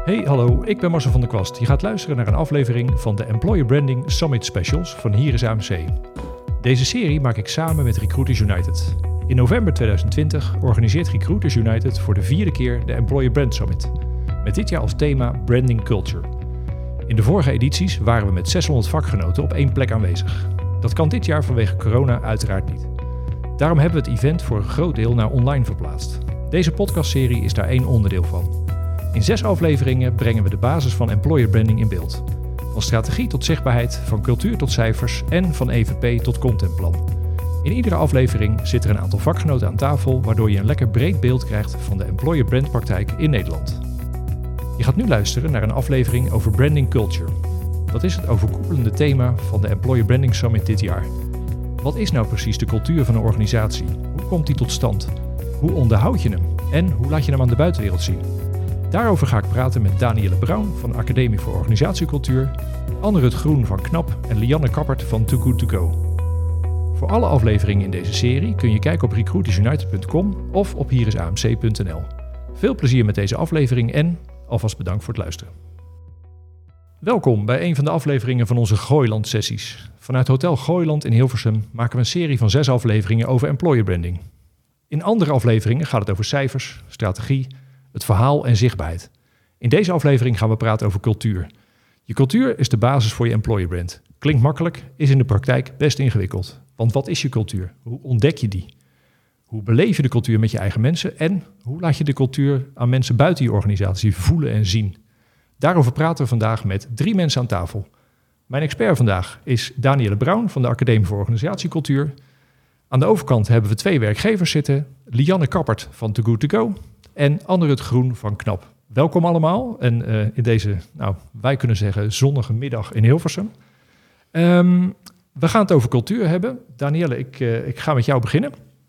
Hey, hallo, ik ben Marcel van der Kwast. Je gaat luisteren naar een aflevering van de Employer Branding Summit Specials van Hier is AMC. Deze serie maak ik samen met Recruiters United. In november 2020 organiseert Recruiters United voor de 4e keer de Employer Brand Summit. Met dit jaar als thema Branding Culture. In de vorige edities waren we met 600 vakgenoten op één plek aanwezig. Dat kan dit jaar vanwege corona uiteraard niet. Daarom hebben we het event voor een groot deel naar online verplaatst. Deze podcastserie is daar één onderdeel van. In 6 afleveringen brengen we de basis van employer branding in beeld. Van strategie tot zichtbaarheid, van cultuur tot cijfers en van EVP tot contentplan. In iedere aflevering zitten er een aantal vakgenoten aan tafel, waardoor je een lekker breed beeld krijgt van de employer brand praktijk in Nederland. Je gaat nu luisteren naar een aflevering over branding culture. Dat is het overkoepelende thema van de Employer Branding Summit dit jaar. Wat is nou precies de cultuur van een organisatie? Hoe komt die tot stand? Hoe onderhoud je hem? En hoe laat je hem aan de buitenwereld zien? Daarover ga ik praten met Danielle Brown van Academie voor Organisatiecultuur, Anne-Rut Groen van KNAP en Lianne Kappert van Too Good To Go. Voor alle afleveringen in deze serie kun je kijken op recruitersunited.com of op hierisamc.nl. Veel plezier met deze aflevering en alvast bedankt voor het luisteren. Welkom bij een van de afleveringen van onze Gooiland-sessies. Vanuit Hotel Gooiland in Hilversum maken we een serie van 6 afleveringen over employer branding. In andere afleveringen gaat het over cijfers, strategie, het verhaal en zichtbaarheid. In deze aflevering gaan we praten over cultuur. Je cultuur is de basis voor je employer brand. Klinkt makkelijk, is in de praktijk best ingewikkeld. Want wat is je cultuur? Hoe ontdek je die? Hoe beleef je de cultuur met je eigen mensen? En hoe laat je de cultuur aan mensen buiten je organisatie voelen en zien? Daarover praten we vandaag met 3 mensen aan tafel. Mijn expert vandaag is Danielle Brown van de Academie voor Organisatiecultuur. Aan de overkant hebben we 2 werkgevers zitten. Lianne Kappert van Too Good To Go en Anne-Rut Groen van KNAP. Welkom allemaal en in deze, wij kunnen zeggen, zonnige middag in Hilversum. We gaan het over cultuur hebben. Danielle, ik ga met jou beginnen.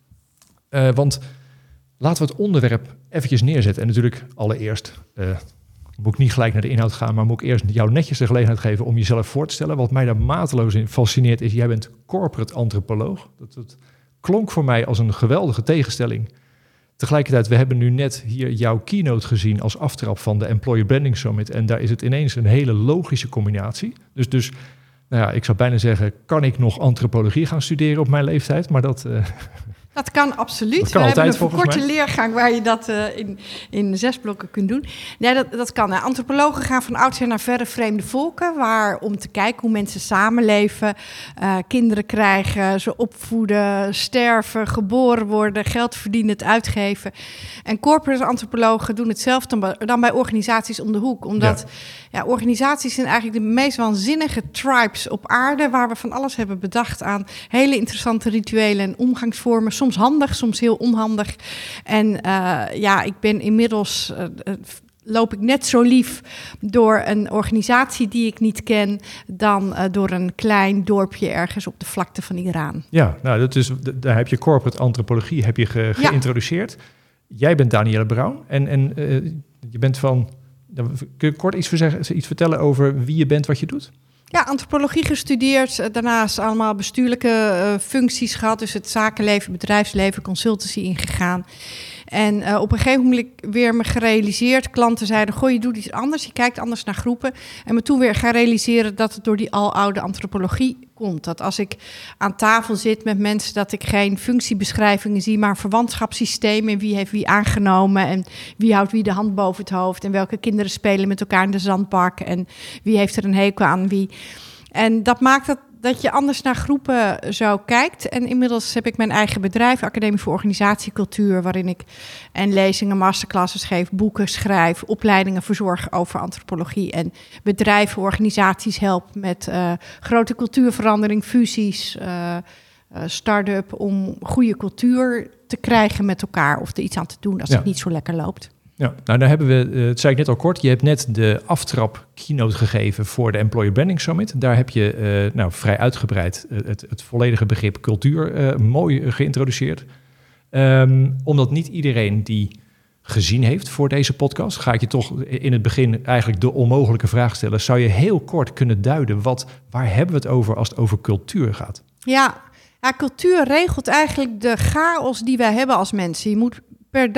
Want laten we het onderwerp eventjes neerzetten. En natuurlijk allereerst moet ik niet gelijk naar de inhoud gaan, maar moet ik eerst jou netjes de gelegenheid geven om jezelf voor te stellen. Wat mij daar mateloos in fascineert is, jij bent corporate antropoloog. Dat klonk voor mij als een geweldige tegenstelling. Tegelijkertijd, we hebben nu net hier jouw keynote gezien als aftrap van de Employer Branding Summit. En daar is het ineens een hele logische combinatie. Dus ik zou bijna zeggen, kan ik nog antropologie gaan studeren op mijn leeftijd? Maar dat kan absoluut. Dat kan we altijd, hebben een verkorte leergang waar je dat in 6 blokken kunt doen. Nee, dat kan. Antropologen gaan van oudsher naar verre vreemde volken, om te kijken hoe mensen samenleven, kinderen krijgen, ze opvoeden, sterven, geboren worden, geld verdienen, het uitgeven. En corporate antropologen doen hetzelfde dan bij organisaties om de hoek. Omdat organisaties zijn eigenlijk de meest waanzinnige tribes op aarde, waar we van alles hebben bedacht aan hele interessante rituelen en omgangsvormen. Soms handig, soms heel onhandig. En ik ben inmiddels loop ik net zo lief door een organisatie die ik niet ken dan door een klein dorpje ergens op de vlakte van Iran. Ja, daar heb je corporate antropologie geïntroduceerd. Jij bent Danielle Brown en je bent van. Kun je kort iets vertellen over wie je bent, wat je doet? Ja, antropologie gestudeerd, daarnaast allemaal bestuurlijke functies gehad. Dus het zakenleven, bedrijfsleven, consultancy ingegaan. En op een gegeven moment weer me gerealiseerd, klanten zeiden, goh, je doet iets anders, je kijkt anders naar groepen. En me toen weer gaan realiseren dat het door die aloude antropologie komt. Dat als ik aan tafel zit met mensen, dat ik geen functiebeschrijvingen zie, maar een verwantschapssysteem en wie heeft wie aangenomen en wie houdt wie de hand boven het hoofd en welke kinderen spelen met elkaar in de zandbak en wie heeft er een hekel aan wie. En dat maakt dat je anders naar groepen zo kijkt. En inmiddels heb ik mijn eigen bedrijf, Academie voor Organisatiecultuur, waarin ik lezingen, masterclasses geef, boeken schrijf, opleidingen verzorg over antropologie en bedrijven, organisaties help met grote cultuurverandering, fusies, start-up, om goede cultuur te krijgen met elkaar of er iets aan te doen als het niet zo lekker loopt. Ja, nou daar hebben we, het zei ik net al kort, je hebt net de aftrap keynote gegeven voor de Employer Branding Summit. Daar heb je vrij uitgebreid het volledige begrip cultuur mooi geïntroduceerd. Omdat niet iedereen die gezien heeft voor deze podcast, ga ik je toch in het begin eigenlijk de onmogelijke vraag stellen. Zou je heel kort kunnen duiden, waar hebben we het over als het over cultuur gaat? Ja, cultuur regelt eigenlijk de chaos die wij hebben als mensen. Je moet per dag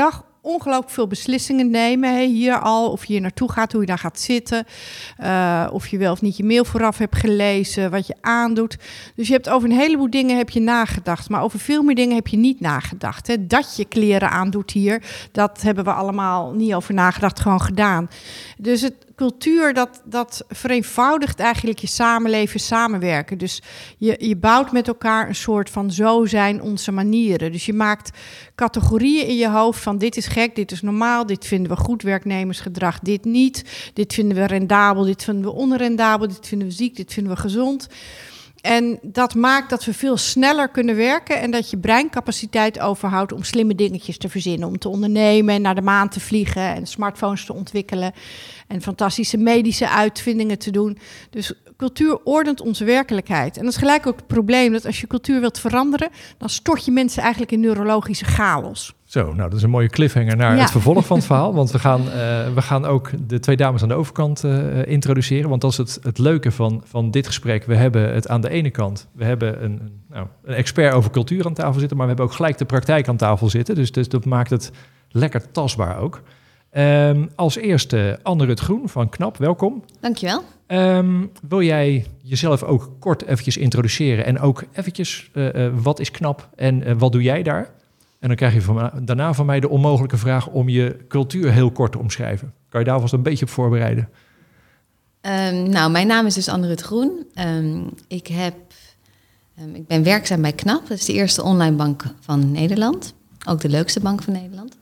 ongelooflijk veel beslissingen nemen. Hè? Hier al, of je hier naartoe gaat, hoe je daar gaat zitten. Of je wel of niet je mail vooraf hebt gelezen, wat je aandoet. Dus je hebt over een heleboel dingen heb je nagedacht. Maar over veel meer dingen heb je niet nagedacht. Hè? Dat je kleren aandoet hier, dat hebben we allemaal niet over nagedacht, gewoon gedaan. Dus cultuur, dat vereenvoudigt eigenlijk je samenleven, samenwerken. Dus je bouwt met elkaar een soort van zo zijn onze manieren. Dus je maakt categorieën in je hoofd van dit is gek, dit is normaal, dit vinden we goed werknemersgedrag, dit niet. Dit vinden we rendabel, dit vinden we onrendabel, dit vinden we ziek, dit vinden we gezond. En dat maakt dat we veel sneller kunnen werken en dat je breincapaciteit overhoudt om slimme dingetjes te verzinnen. Om te ondernemen en naar de maan te vliegen en smartphones te ontwikkelen en fantastische medische uitvindingen te doen. Dus cultuur ordent onze werkelijkheid. En dat is gelijk ook het probleem dat als je cultuur wilt veranderen, dan stort je mensen eigenlijk in neurologische chaos. Zo, nou, dat is een mooie cliffhanger naar het vervolg van het verhaal. Want we gaan ook de twee dames aan de overkant introduceren. Want dat is het leuke van dit gesprek. We hebben het aan de ene kant. We hebben een expert over cultuur aan tafel zitten. Maar we hebben ook gelijk de praktijk aan tafel zitten. Dus dat maakt het lekker tastbaar ook. Als eerste Anne-Rut Groen van KNAP. Welkom. Dankjewel. Wil jij jezelf ook kort eventjes introduceren? En ook eventjes, wat is KNAP en wat doe jij daar? En dan krijg je daarna van mij de onmogelijke vraag om je cultuur heel kort te omschrijven. Kan je daar vast een beetje op voorbereiden? Mijn naam is dus Anne-Rut Groen. Ik ben werkzaam bij KNAP. Dat is de eerste online bank van Nederland. Ook de leukste bank van Nederland.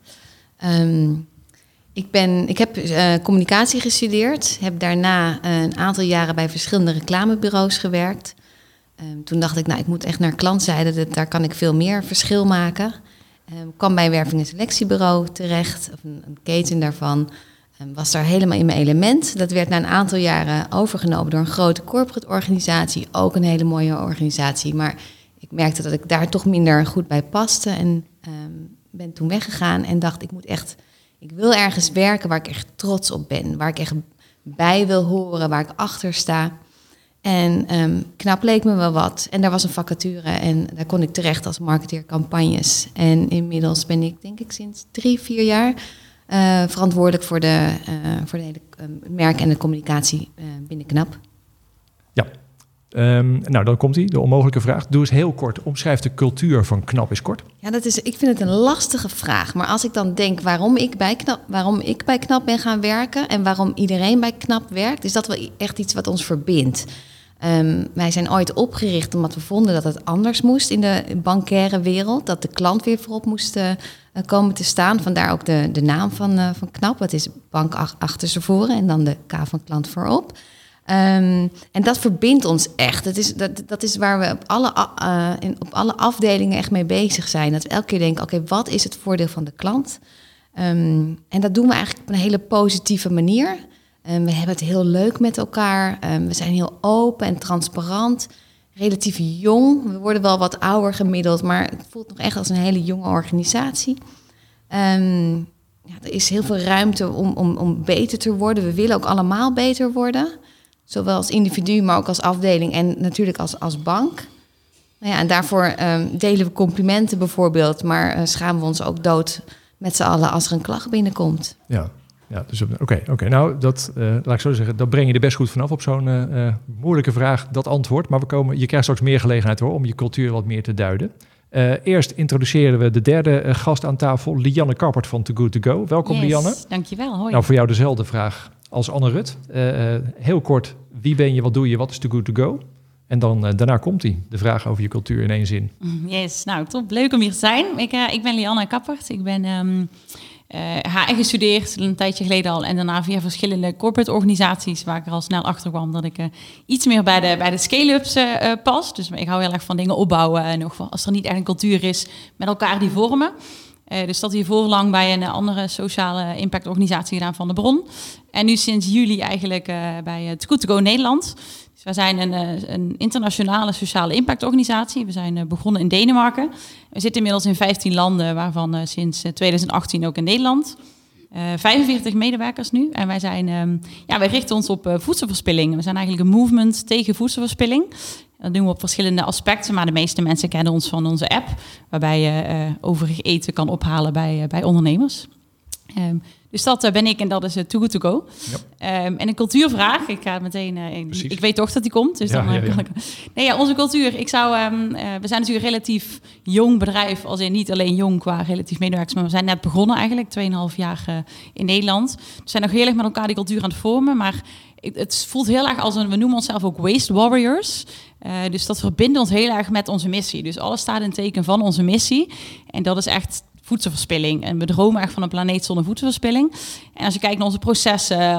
Ik heb communicatie gestudeerd. Heb daarna een aantal jaren bij verschillende reclamebureaus gewerkt. Toen dacht ik, ik moet echt naar klantzijde. Daar kan ik veel meer verschil maken. Kwam bij een werving- en selectiebureau terecht, of een keten daarvan. Was daar helemaal in mijn element. Dat werd na een aantal jaren overgenomen door een grote corporate organisatie. Ook een hele mooie organisatie. Maar ik merkte dat ik daar toch minder goed bij paste. En ben toen weggegaan en dacht, ik wil ergens werken waar ik echt trots op ben. Waar ik echt bij wil horen, waar ik achter sta. En KNAP leek me wel wat. En daar was een vacature en daar kon ik terecht als marketeer campagnes. En inmiddels ben ik, denk ik, sinds 3-4 jaar verantwoordelijk voor de hele merk en de communicatie binnen KNAP. Ja, dan komt de onmogelijke vraag. Doe eens heel kort, omschrijf de cultuur van KNAP eens kort. Ja, ik vind het een lastige vraag. Maar als ik dan denk waarom ik bij KNAP ben gaan werken en waarom iedereen bij KNAP werkt, is dat wel echt iets wat ons verbindt. Wij zijn ooit opgericht omdat we vonden dat het anders moest in de bankaire wereld. Dat de klant weer voorop moest komen te staan. Vandaar ook de naam van KNAP. Het is bank achterstevoren en dan de K van klant voorop. En dat verbindt ons echt. Dat is waar we op alle afdelingen echt mee bezig zijn. Dat we elke keer denken, oké, wat is het voordeel van de klant? En dat doen we eigenlijk op een hele positieve manier. We hebben het heel leuk met elkaar. We zijn heel open en transparant. Relatief jong. We worden wel wat ouder gemiddeld, maar het voelt nog echt als een hele jonge organisatie. Er is heel veel ruimte om beter te worden. We willen ook allemaal beter worden. Zowel als individu, maar ook als afdeling en natuurlijk als bank. En daarvoor delen we complimenten bijvoorbeeld, maar schamen we ons ook dood met z'n allen als er een klacht binnenkomt. Ja, dus oké. Nou, dat laat ik zo zeggen, dat breng je er best goed vanaf op zo'n moeilijke vraag, dat antwoord. Maar je krijgt straks meer gelegenheid om je cultuur wat meer te duiden. Eerst introduceren we de derde gast aan tafel, Lianne Kappert van Too Good To Go. Welkom, Lianne. Dankjewel, hoi. Nou, voor jou dezelfde vraag als Anne-Rut. Heel kort, wie ben je, wat doe je, wat is Too Good To Go? En dan daarna komt de vraag over je cultuur in één zin. Yes, nou top, leuk om hier te zijn. Ik ben Lianne Kappert, ik ben HR gestudeerd een tijdje geleden al en daarna via verschillende corporate organisaties waar ik er al snel achter kwam dat ik iets meer bij de scale-ups pas. Dus ik hou heel erg van dingen opbouwen en nog als er niet echt een cultuur is met elkaar die vormen. Dus dat hiervoor lang bij een andere sociale impactorganisatie gedaan van de Bron. En nu sinds juli eigenlijk bij Too Good To Go Nederland. Dus wij zijn een internationale sociale impactorganisatie. We zijn begonnen in Denemarken. We zitten inmiddels in 15 landen, waarvan sinds 2018 ook in Nederland. 45 medewerkers nu. En wij richten ons op voedselverspilling. We zijn eigenlijk een movement tegen voedselverspilling. Dat doen we op verschillende aspecten, maar de meeste mensen kennen ons van onze app, waarbij je overig eten kan ophalen bij ondernemers. Dus dat ben ik en dat is Too Good To Go. Ja. En een cultuurvraag. Ik ga meteen... ik weet toch dat die komt. Dus dan kan ik... Nee, ja, onze cultuur. We zijn natuurlijk een relatief jong bedrijf. Als in niet alleen jong qua relatief medewerkers. Maar we zijn net begonnen eigenlijk. 2,5 jaar in Nederland. We zijn nog heel erg met elkaar die cultuur aan het vormen. Maar het voelt heel erg als we noemen onszelf ook Waste Warriors. Dus dat verbindt ons heel erg met onze missie. Dus alles staat in teken van onze missie. En dat is echt voedselverspilling. En we dromen echt van een planeet zonder voedselverspilling. En als je kijkt naar onze processen,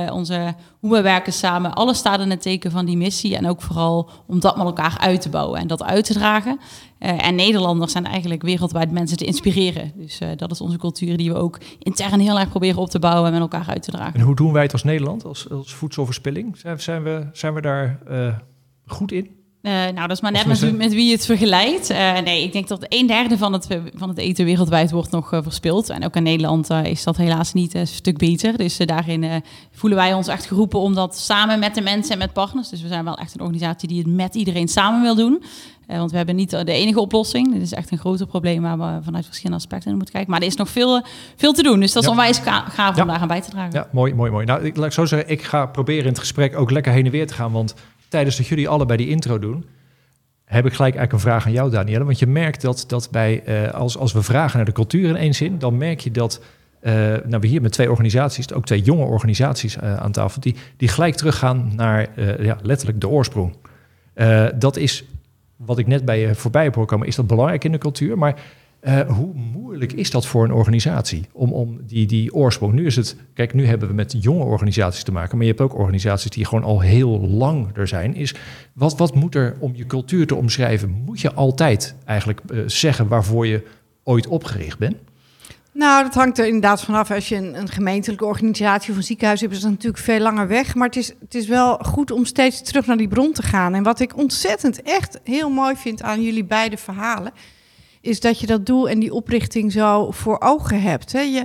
hoe we werken samen, alles staat in het teken van die missie. En ook vooral om dat met elkaar uit te bouwen en dat uit te dragen. En Nederlanders zijn eigenlijk wereldwijd mensen te inspireren. Dus dat is onze cultuur die we ook intern heel erg proberen op te bouwen en met elkaar uit te dragen. En hoe doen wij het als Nederland, als voedselverspilling? Zijn we daar goed in? Dat is maar net met wie je het vergelijkt. Nee, ik denk dat 1/3 van het eten wereldwijd wordt nog verspild. En ook in Nederland is dat helaas niet een stuk beter. Dus daarin voelen wij ons echt geroepen om dat samen met de mensen en met partners. Dus we zijn wel echt een organisatie die het met iedereen samen wil doen. Want we hebben niet de enige oplossing. Dit is echt een groter probleem waar we vanuit verschillende aspecten in moeten kijken. Maar er is nog veel te doen. Dus dat is onwijs gaaf om daar aan bij te dragen. Ja, mooi. Nou, laat ik zo zeggen, ik ga proberen in het gesprek ook lekker heen en weer te gaan. Want tijdens dat jullie allebei die intro doen, heb ik gelijk eigenlijk een vraag aan jou, Danielle. Want je merkt dat bij, als we vragen naar de cultuur in één zin, dan merk je dat we hier met 2 organisaties, ook 2 jonge organisaties aan tafel, die gelijk teruggaan naar letterlijk de oorsprong. Dat is, wat ik net bij je voorbij heb horen komen, is dat belangrijk in de cultuur. Maar hoe moeilijk is dat voor een organisatie om die oorsprong? Nu hebben we met jonge organisaties te maken, maar je hebt ook organisaties die gewoon al heel lang er zijn. Wat moet er om je cultuur te omschrijven? Moet je altijd eigenlijk zeggen waarvoor je ooit opgericht bent? Nou, dat hangt er inderdaad vanaf. Als je een gemeentelijke organisatie of een ziekenhuis hebt, is dat natuurlijk veel langer weg. Maar het is wel goed om steeds terug naar die bron te gaan. En wat ik ontzettend echt heel mooi vind aan jullie beide verhalen, is dat je dat doel en die oprichting zo voor ogen hebt. Hè.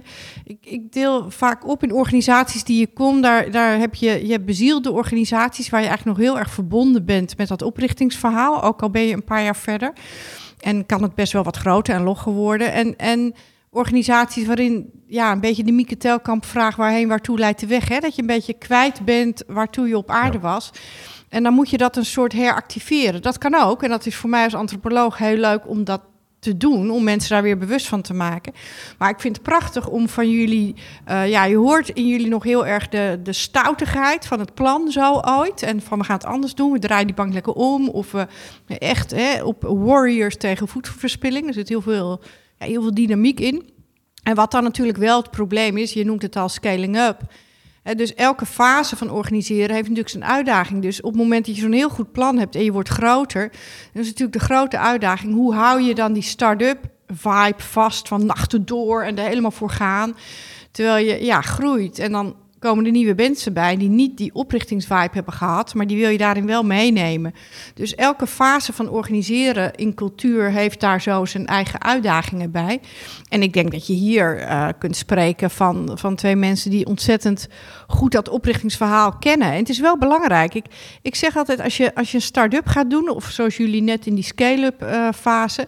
Ik deel vaak op in organisaties die je komt. Daar heb je hebt bezielde organisaties waar je eigenlijk nog heel erg verbonden bent met dat oprichtingsverhaal. Ook al ben je een paar jaar verder. En kan het best wel wat groter en logger worden. En organisaties waarin een beetje de Mieke Telkamp vraag waartoe leidt de weg. Hè? Dat je een beetje kwijt bent waartoe je op aarde was. En dan moet je dat een soort heractiveren. Dat kan ook. En dat is voor mij als antropoloog heel leuk om dat te doen, om mensen daar weer bewust van te maken. Maar ik vind het prachtig om van jullie, je hoort in jullie nog heel erg de stoutigheid van het plan zo ooit. En van we gaan het anders doen, we draaien die bank lekker om. Of we echt op warriors tegen voedselverspilling. Er zit heel veel dynamiek in. En wat dan natuurlijk wel het probleem is, je noemt het al scaling up. Dus elke fase van organiseren heeft natuurlijk zijn uitdaging. Dus op het moment dat je zo'n heel goed plan hebt en je wordt groter, dan is natuurlijk de grote uitdaging, hoe hou je dan die start-up vibe vast van nachten door en er helemaal voor gaan, terwijl je groeit. En dan komen er nieuwe mensen bij die niet die oprichtingsvibe hebben gehad, maar die wil je daarin wel meenemen. Dus elke fase van organiseren in cultuur heeft daar zo zijn eigen uitdagingen bij. En ik denk dat je hier kunt spreken van 2 mensen die ontzettend goed dat oprichtingsverhaal kennen. En het is wel belangrijk. Ik zeg altijd, als je een start-up gaat doen, of zoals jullie net in die scale-up fase,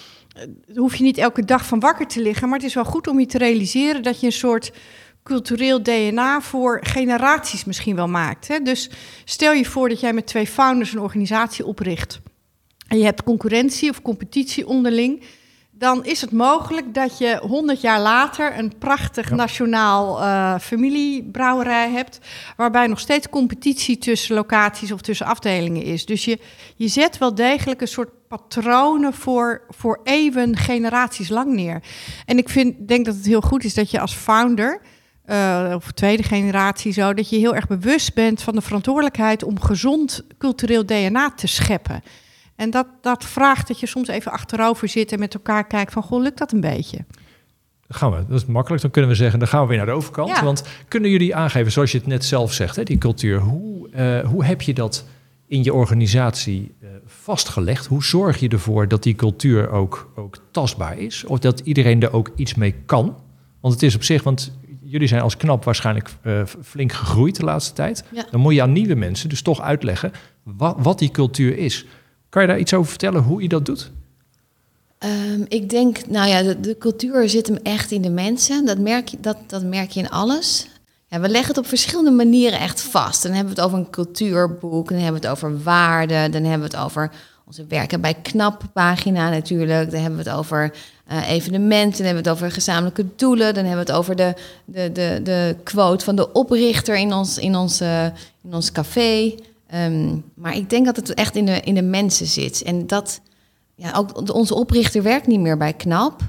hoef je niet elke dag van wakker te liggen, maar het is wel goed om je te realiseren dat je een soort cultureel DNA voor generaties misschien wel maakt. Hè? Dus stel je voor dat jij met 2 founders een organisatie opricht en je hebt concurrentie of competitie onderling, dan is het mogelijk dat je 100 jaar later een prachtig nationaal familiebrouwerij hebt, waarbij nog steeds competitie tussen locaties of tussen afdelingen is. Dus je zet wel degelijk een soort patronen voor eeuwen, generaties lang neer. En ik denk dat het heel goed is dat je als founder, of tweede generatie zo, dat je heel erg bewust bent van de verantwoordelijkheid om gezond cultureel DNA te scheppen. En dat vraagt dat je soms even achterover zit en met elkaar kijkt van, goh, lukt dat een beetje? Dat is makkelijk. Dan kunnen we zeggen, dan gaan we weer naar de overkant. Ja. Want kunnen jullie aangeven, zoals je het net zelf zegt, hè, die cultuur, hoe heb je dat in je organisatie vastgelegd? Hoe zorg je ervoor dat die cultuur ook tastbaar is? Of dat iedereen er ook iets mee kan? Want het is op zich, want jullie zijn als KNAP waarschijnlijk flink gegroeid de laatste tijd. Ja. Dan moet je aan nieuwe mensen dus toch uitleggen wat die cultuur is. Kan je daar iets over vertellen, hoe je dat doet? Ik denk, de cultuur zit hem echt in de mensen. Dat merk je in alles. Ja, we leggen het op verschillende manieren echt vast. Dan hebben we het over een cultuurboek, dan hebben we het over waarden, dan hebben we het over onze werken bij KNAP-pagina natuurlijk. Dan hebben we het over evenementen, dan hebben we het over gezamenlijke doelen. Dan hebben we het over de quote van de oprichter in ons café. Maar ik denk dat het echt in de mensen zit. En dat, ook onze oprichter werkt niet meer bij KNAP.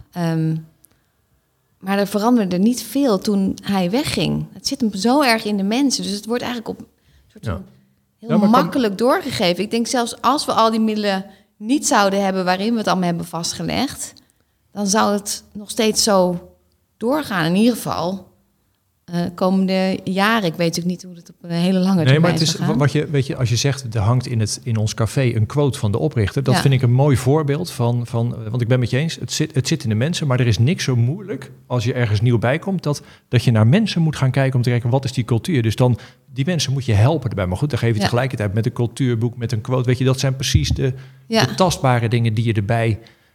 Maar er veranderde niet veel toen hij wegging. Het zit hem zo erg in de mensen. Dus het wordt eigenlijk op heel makkelijk doorgegeven. Ik denk zelfs als we al die middelen niet zouden hebben waarin we het allemaal hebben vastgelegd, dan zou het nog steeds zo doorgaan. In ieder geval komende jaren. Ik weet natuurlijk niet hoe het op een hele lange termijn zal gaan. Weet je, als je zegt, er hangt in ons café een quote van de oprichter. Dat vind ik een mooi voorbeeld van, want ik ben met je eens, het zit in de mensen, maar er is niks zo moeilijk als je ergens nieuw bij komt, dat je naar mensen moet gaan kijken om te kijken, wat is die cultuur? Dus dan, die mensen moet je helpen erbij. Maar goed, dan geef je tegelijkertijd met een cultuurboek, met een quote. Weet je, dat zijn precies de tastbare dingen die je erbij,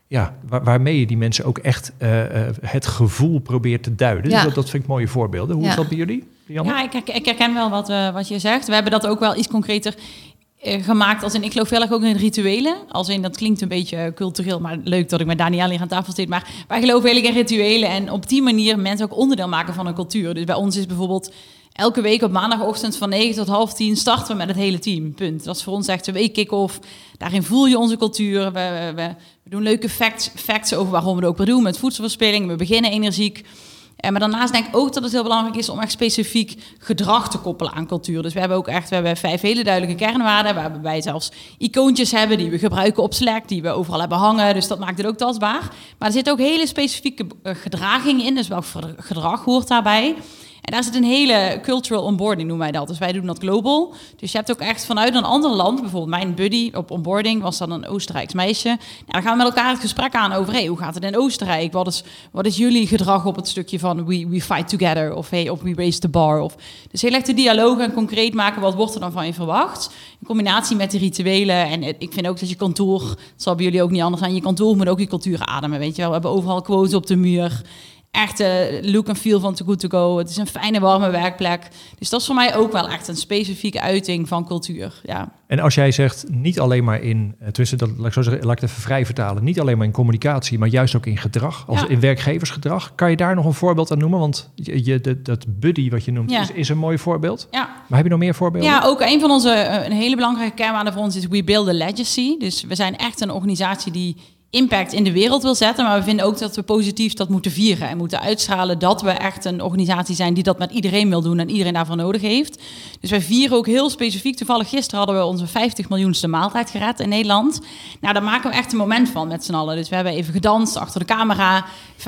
waarmee je die mensen ook echt het gevoel probeert te duiden. Dus dat vind ik mooie voorbeelden. Hoe is dat bij jullie, Lianne? Ja, ik herken wel wat je zegt. We hebben dat ook wel iets concreter gemaakt. Als in, ik geloof heel erg ook in rituelen. Als in, dat klinkt een beetje cultureel, maar leuk dat ik met Danielle hier aan tafel zit. Maar wij geloven heel erg in rituelen. En op die manier mensen ook onderdeel maken van een cultuur. Dus bij ons is bijvoorbeeld elke week op maandagochtend van 9 tot 9:30 starten we met het hele team. Punt. Dat is voor ons echt de week kick-off. Daarin voel je onze cultuur. We doen leuke facts over waarom we het ook doen met voedselverspilling. We beginnen energiek. Maar daarnaast denk ik ook dat het heel belangrijk is om echt specifiek gedrag te koppelen aan cultuur. Dus we hebben 5 hele duidelijke kernwaarden, waarbij wij zelfs icoontjes hebben die we gebruiken op Slack, die we overal hebben hangen. Dus dat maakt het ook tastbaar. Maar er zit ook hele specifieke gedraging in, dus welk gedrag hoort daarbij. En daar zit een hele cultural onboarding, noemen wij dat. Dus wij doen dat global. Dus je hebt ook echt vanuit een ander land, bijvoorbeeld mijn buddy op onboarding was dan een Oostenrijks meisje. Nou, dan gaan we met elkaar het gesprek aan over, hoe gaat het in Oostenrijk? Wat is jullie gedrag op het stukje van we fight together? Of we raise the bar? Dus heel erg de dialoog en concreet maken, wat wordt er dan van je verwacht? In combinatie met de rituelen. En ik vind ook dat je kantoor, het zal bij jullie ook niet anders zijn, je kantoor moet ook je cultuur ademen, weet je wel. We hebben overal quotes op de muur. Echt look en feel van Too Good To Go. Het is een fijne, warme werkplek. Dus dat is voor mij ook wel echt een specifieke uiting van cultuur. Ja. En als jij zegt, niet alleen maar laat ik het even vrij vertalen, niet alleen maar in communicatie, maar juist ook in gedrag, in werkgeversgedrag. Kan je daar nog een voorbeeld aan noemen? Want dat buddy wat je noemt, is een mooi voorbeeld. Ja. Maar heb je nog meer voorbeelden? Ja, ook een van een hele belangrijke kernwaarden voor ons is we build a legacy. Dus we zijn echt een organisatie die impact in de wereld wil zetten, maar we vinden ook dat we positief dat moeten vieren en moeten uitstralen dat we echt een organisatie zijn die dat met iedereen wil doen en iedereen daarvoor nodig heeft. Dus wij vieren ook heel specifiek. Toevallig gisteren hadden we onze 50 miljoenste maaltijd gered in Nederland. Nou, daar maken we echt een moment van met z'n allen. Dus we hebben even gedanst achter de camera,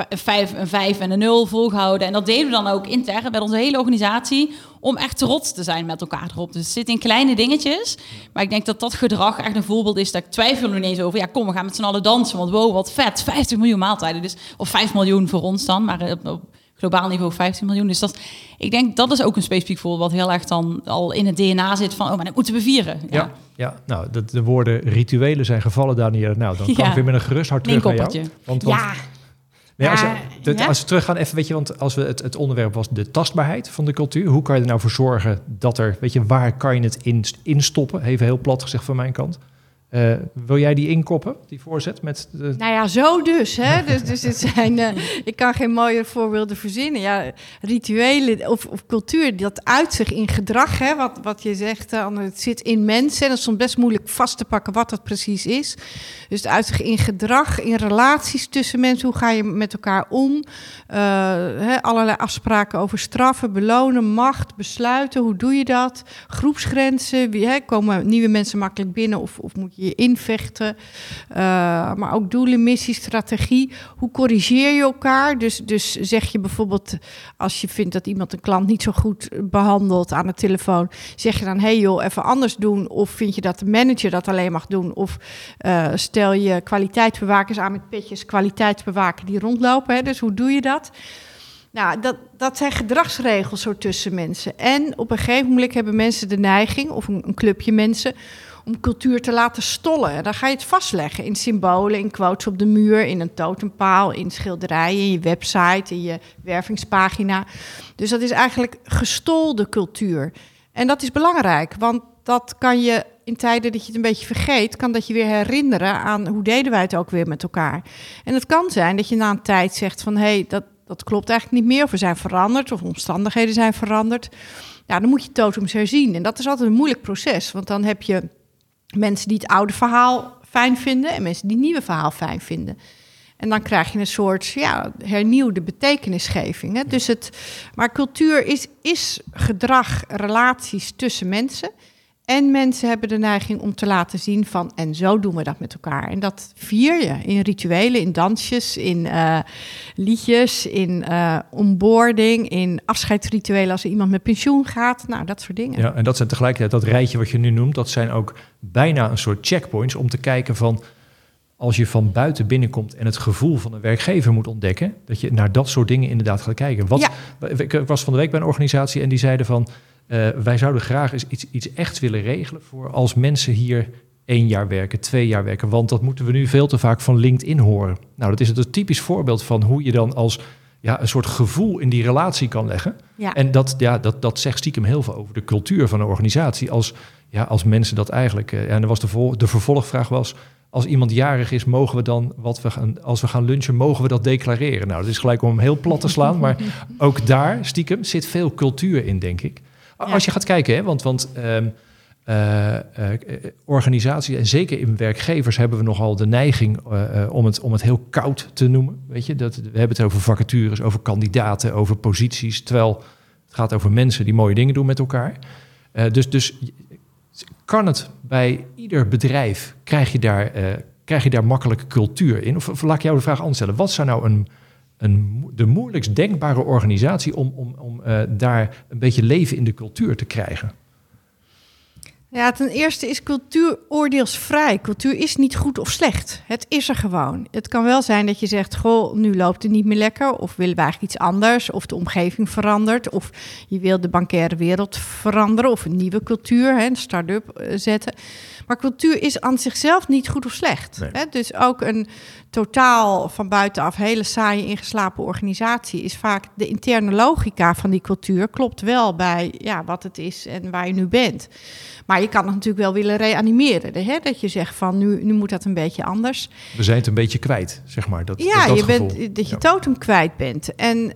5 en een 0 volgehouden. En dat deden we dan ook intern met onze hele organisatie, om echt trots te zijn met elkaar erop. Dus het zit in kleine dingetjes. Maar ik denk dat dat gedrag echt een voorbeeld is. Dat ik twijfel ineens over. Ja, kom, we gaan met z'n allen dansen. Want wow, wat vet. 50 miljoen maaltijden. Dus, of 5 miljoen voor ons dan. Maar op globaal niveau 15 miljoen. Dus ik denk dat is ook een specifiek voorbeeld. Wat heel erg dan al in het DNA zit van, maar dat moeten we vieren. Ja. Nou, de woorden rituelen zijn gevallen, Danielle. Nou, dan kan ik weer met een gerust hart terug naar jou. Want als we teruggaan even, weet je, want als we het onderwerp was de tastbaarheid van de cultuur. Hoe kan je er nou voor zorgen dat waar kan je het instoppen? Even heel plat gezegd van mijn kant. Wil jij die inkoppen, die voorzet? Nou ja, zo dus. Hè? dus het zijn, ik kan geen mooier voorbeelden verzinnen. Ja, rituelen of cultuur, dat uit zich in gedrag. Hè? Wat je zegt, het zit in mensen. En dat is soms best moeilijk vast te pakken wat dat precies is. Dus het uit zich in gedrag, in relaties tussen mensen. Hoe ga je met elkaar om? Allerlei afspraken over straffen, belonen, macht, besluiten. Hoe doe je dat? Groepsgrenzen. Komen nieuwe mensen makkelijk binnen of moet je invechten, maar ook doelen, missie, strategie. Hoe corrigeer je elkaar? Dus zeg je bijvoorbeeld, als je vindt dat iemand een klant niet zo goed behandelt aan de telefoon, zeg je dan, hey joh, even anders doen? Of vind je dat de manager dat alleen mag doen? Of stel je kwaliteitsbewakers aan met petjes, kwaliteitsbewaker die rondlopen. Hè? Dus hoe doe je dat? Nou, dat zijn gedragsregels zo tussen mensen. En op een gegeven moment hebben mensen de neiging, of een clubje mensen, om cultuur te laten stollen. Dan ga je het vastleggen in symbolen, in quotes op de muur, in een totempaal, in schilderijen, in je website, in je wervingspagina. Dus dat is eigenlijk gestolde cultuur. En dat is belangrijk, want dat kan je in tijden dat je het een beetje vergeet, kan dat je weer herinneren aan hoe deden wij het ook weer met elkaar. En het kan zijn dat je na een tijd zegt van hé, dat klopt eigenlijk niet meer, of we zijn veranderd, of omstandigheden zijn veranderd. Ja, dan moet je totems herzien. En dat is altijd een moeilijk proces, want dan heb je mensen die het oude verhaal fijn vinden en mensen die het nieuwe verhaal fijn vinden. En dan krijg je een soort hernieuwde betekenisgeving. Hè? Dus maar cultuur is gedrag, relaties tussen mensen. En mensen hebben de neiging om te laten zien van, en zo doen we dat met elkaar. En dat vier je in rituelen, in dansjes, in liedjes, in onboarding, in afscheidsrituelen als er iemand met pensioen gaat. Nou, dat soort dingen. Ja, en dat zijn tegelijkertijd, dat rijtje wat je nu noemt, dat zijn ook bijna een soort checkpoints om te kijken van, als je van buiten binnenkomt en het gevoel van een werkgever moet ontdekken, dat je naar dat soort dingen inderdaad gaat kijken. Ik was van de week bij een organisatie en die zeiden van, wij zouden graag eens iets echt willen regelen voor als mensen hier 1 jaar werken, 2 jaar werken. Want dat moeten we nu veel te vaak van LinkedIn horen. Nou, dat is een typisch voorbeeld van hoe je dan als een soort gevoel in die relatie kan leggen. Ja. En dat zegt stiekem heel veel over de cultuur van een organisatie. Als mensen dat eigenlijk... en dan was de vervolgvraag was, als iemand jarig is, mogen we dan als we gaan lunchen, mogen we dat declareren? Nou, dat is gelijk om hem heel plat te slaan. Maar ook daar, stiekem, zit veel cultuur in, denk ik. Als je gaat kijken, hè, want organisaties, en zeker in werkgevers, hebben we nogal de neiging om het heel koud te noemen. Weet je? We hebben het over vacatures, over kandidaten, over posities, terwijl het gaat over mensen die mooie dingen doen met elkaar. Dus kan het bij ieder bedrijf, krijg je daar makkelijke cultuur in? Of laat ik jou de vraag anders stellen. Wat zou nou de moeilijkst denkbare organisatie om daar een beetje leven in de cultuur te krijgen? Ja, ten eerste is cultuur oordeelsvrij. Cultuur is niet goed of slecht. Het is er gewoon. Het kan wel zijn dat je zegt, goh, nu loopt het niet meer lekker, of willen we eigenlijk iets anders, of de omgeving verandert, of je wil de bankaire wereld veranderen, of een nieuwe cultuur, een start-up zetten. Maar cultuur is aan zichzelf niet goed of slecht. Nee. Dus ook een totaal van buitenaf hele saaie ingeslapen organisatie is vaak de interne logica van die cultuur klopt wel bij wat het is en waar je nu bent. Maar je kan het natuurlijk wel willen reanimeren. Hè? Dat je zegt van nu moet dat een beetje anders. We zijn het een beetje kwijt, zeg maar. Dat je totem kwijt bent. En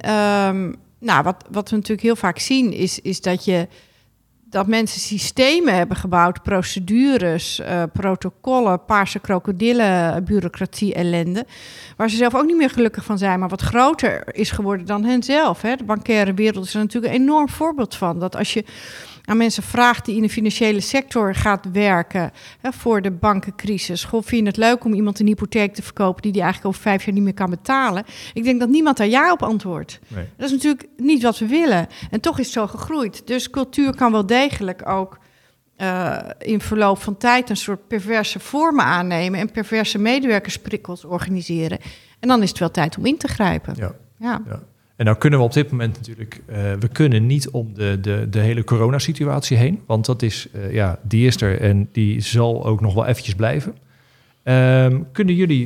wat we natuurlijk heel vaak zien is dat mensen systemen hebben gebouwd, procedures, protocollen, paarse krokodillen, bureaucratie, ellende, waar ze zelf ook niet meer gelukkig van zijn, maar wat groter is geworden dan henzelf. Hè? De bankaire wereld is er natuurlijk een enorm voorbeeld van. Dat als je aan mensen vraagt die in de financiële sector gaat werken, voor de bankencrisis, vind je het leuk om iemand een hypotheek te verkopen die eigenlijk over 5 jaar niet meer kan betalen? Ik denk dat niemand daar ja op antwoordt. Nee. Dat is natuurlijk niet wat we willen. En toch is het zo gegroeid. Dus cultuur kan wel degelijk ook in verloop van tijd een soort perverse vormen aannemen en perverse medewerkersprikkels organiseren. En dan is het wel tijd om in te grijpen. Ja. En nou kunnen we op dit moment natuurlijk, we kunnen niet om de hele coronasituatie heen, want dat is, die is er en die zal ook nog wel eventjes blijven. Kunnen jullie,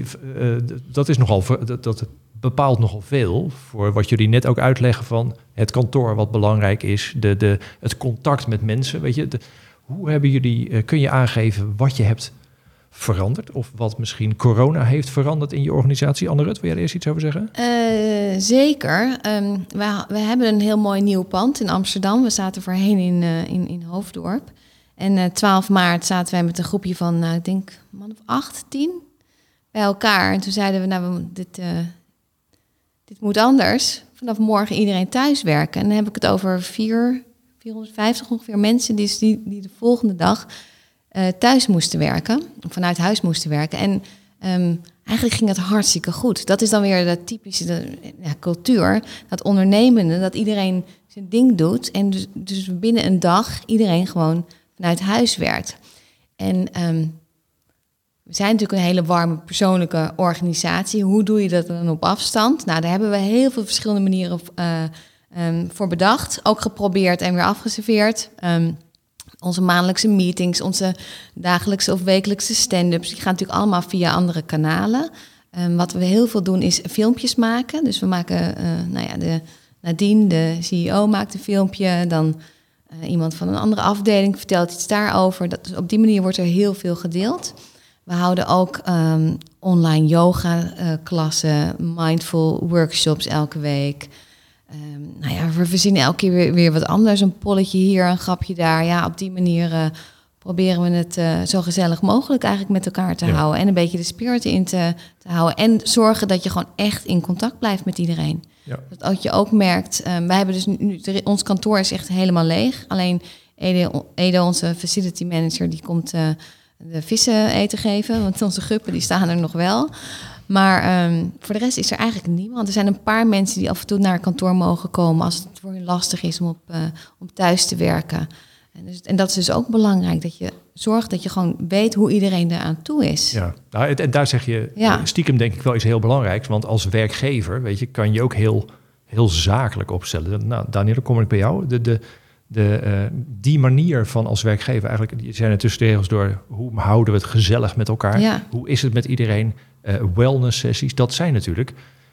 dat bepaalt nogal veel voor wat jullie net ook uitleggen van het kantoor wat belangrijk is, het contact met mensen. Weet je, hoe hebben jullie, kun je aangeven wat je hebt veranderd? Of wat misschien corona heeft veranderd in je organisatie? Anne-Rut, wil jij er eerst iets over zeggen? Zeker. We hebben een heel mooi nieuw pand in Amsterdam. We zaten voorheen in Hoofddorp. En 12 maart zaten wij met een groepje van, ik denk, man of 8, 10 bij elkaar. En toen zeiden we, dit moet anders. Vanaf morgen iedereen thuiswerken. En dan heb ik het over 450 ongeveer mensen die de volgende dag thuis moesten werken, vanuit huis moesten werken. En eigenlijk ging het hartstikke goed. Dat is dan weer de typische cultuur, dat ondernemende, dat iedereen zijn ding doet. En dus binnen een dag iedereen gewoon vanuit huis werkt. En we zijn natuurlijk een hele warme persoonlijke organisatie. Hoe doe je dat dan op afstand? Nou, daar hebben we heel veel verschillende manieren voor bedacht. Ook geprobeerd en weer afgeserveerd. Onze maandelijkse meetings, onze dagelijkse of wekelijkse stand-ups, die gaan natuurlijk allemaal via andere kanalen. Wat we heel veel doen is filmpjes maken. Dus we maken, Nadine, de CEO, maakt een filmpje. Dan iemand van een andere afdeling vertelt iets daarover. Dus op die manier wordt er heel veel gedeeld. We houden ook online yoga klassen, mindful workshops elke week. We verzinnen elke keer weer wat anders. Een polletje hier, een grapje daar. Ja, op die manier proberen we het zo gezellig mogelijk eigenlijk met elkaar te houden. En een beetje de spirit in te houden. En zorgen dat je gewoon echt in contact blijft met iedereen. Ja. Dat je ook merkt, wij hebben dus nu, ons kantoor is echt helemaal leeg. Alleen Ede, onze facility manager, die komt de vissen eten geven. Want onze guppen die staan er nog wel. Maar voor de rest is er eigenlijk niemand. Er zijn een paar mensen die af en toe naar het kantoor mogen komen als het voor hun lastig is om thuis te werken. En dat is dus ook belangrijk, dat je zorgt dat je gewoon weet hoe iedereen eraan toe is. Ja, nou, en daar zeg je stiekem denk ik wel iets heel belangrijks. Want als werkgever, weet je, kan je ook heel zakelijk opstellen. Nou, Daniel, dan kom ik bij jou. Die manier van als werkgever, eigenlijk, die zijn er tussen de regels door, hoe houden we het gezellig met elkaar? Ja. Hoe is het met iedereen? Wellness sessies, dat zijn natuurlijk,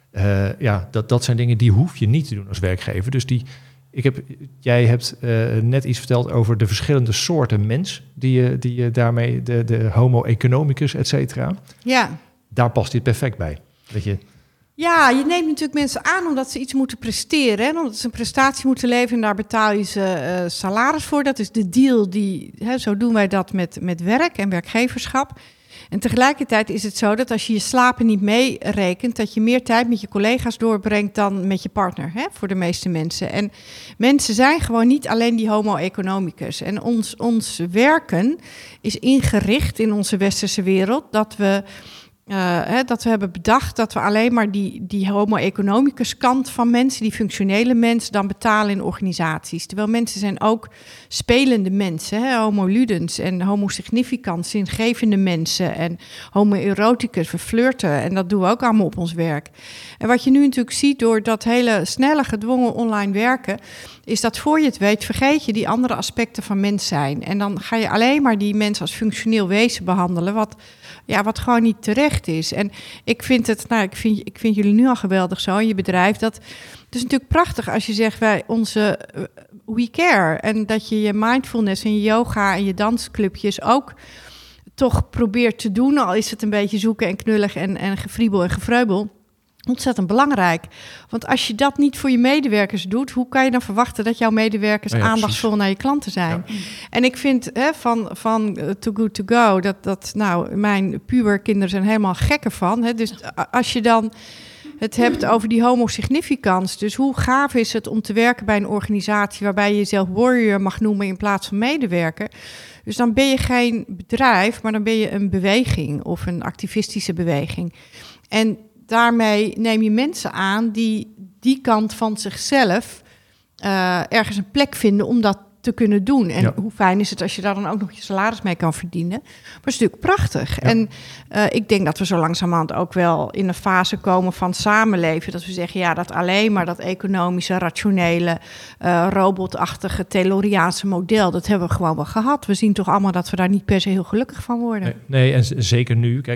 dat zijn dingen die hoef je niet te doen als werkgever. Dus jij hebt net iets verteld over de verschillende soorten mens die je daarmee, de homo economicus, et cetera. Ja. Daar past dit perfect bij. Dat je... Ja, je neemt natuurlijk mensen aan omdat ze iets moeten presteren. Hè? Omdat ze een prestatie moeten leveren en daar betaal je ze salaris voor. Dat is de deal zo doen wij dat met werk en werkgeverschap. En tegelijkertijd is het zo dat als je je slapen niet meerekent, dat je meer tijd met je collega's doorbrengt dan met je partner, voor de meeste mensen. En mensen zijn gewoon niet alleen die homo economicus. En ons werken is ingericht in onze westerse wereld dat we hebben bedacht dat we alleen maar die homo economicus kant van mensen, die functionele mensen, dan betalen in organisaties. Terwijl mensen zijn ook spelende mensen, homo ludens en homo significans, zingevende mensen en homo eroticus, we flirten en dat doen we ook allemaal op ons werk. En wat je nu natuurlijk ziet door dat hele snelle gedwongen online werken, is dat voor je het weet vergeet je die andere aspecten van mens zijn. En dan ga je alleen maar die mensen als functioneel wezen behandelen, wat gewoon niet terecht is. En ik vind jullie nu al geweldig zo in je bedrijf. Het is natuurlijk prachtig als je zegt, we care. En dat je je mindfulness en je yoga en je dansclubjes ook toch probeert te doen. Al is het een beetje zoeken en knullig en gefriebel en gefreubel. Ontzettend belangrijk. Want als je dat niet voor je medewerkers doet, hoe kan je dan verwachten dat jouw medewerkers aandachtsvol naar je klanten zijn? Ja. En ik vind van Too Good To Go, mijn puberkinderen zijn helemaal gek ervan. Dus als je dan het hebt over die homo significans, dus hoe gaaf is het om te werken bij een organisatie waarbij je jezelf warrior mag noemen in plaats van medewerker. Dus dan ben je geen bedrijf, maar dan ben je een beweging of een activistische beweging. En daarmee neem je mensen aan die kant van zichzelf ergens een plek vinden om dat te kunnen doen. En hoe fijn is het als je daar dan ook nog je salaris mee kan verdienen. Maar het is natuurlijk prachtig. Ja. En ik denk dat we zo langzamerhand ook wel in een fase komen van samenleven. Dat we zeggen, dat alleen maar dat economische, rationele, robotachtige, Tayloriaanse model, dat hebben we gewoon wel gehad. We zien toch allemaal dat we daar niet per se heel gelukkig van worden. Nee, en zeker nu. Kijk,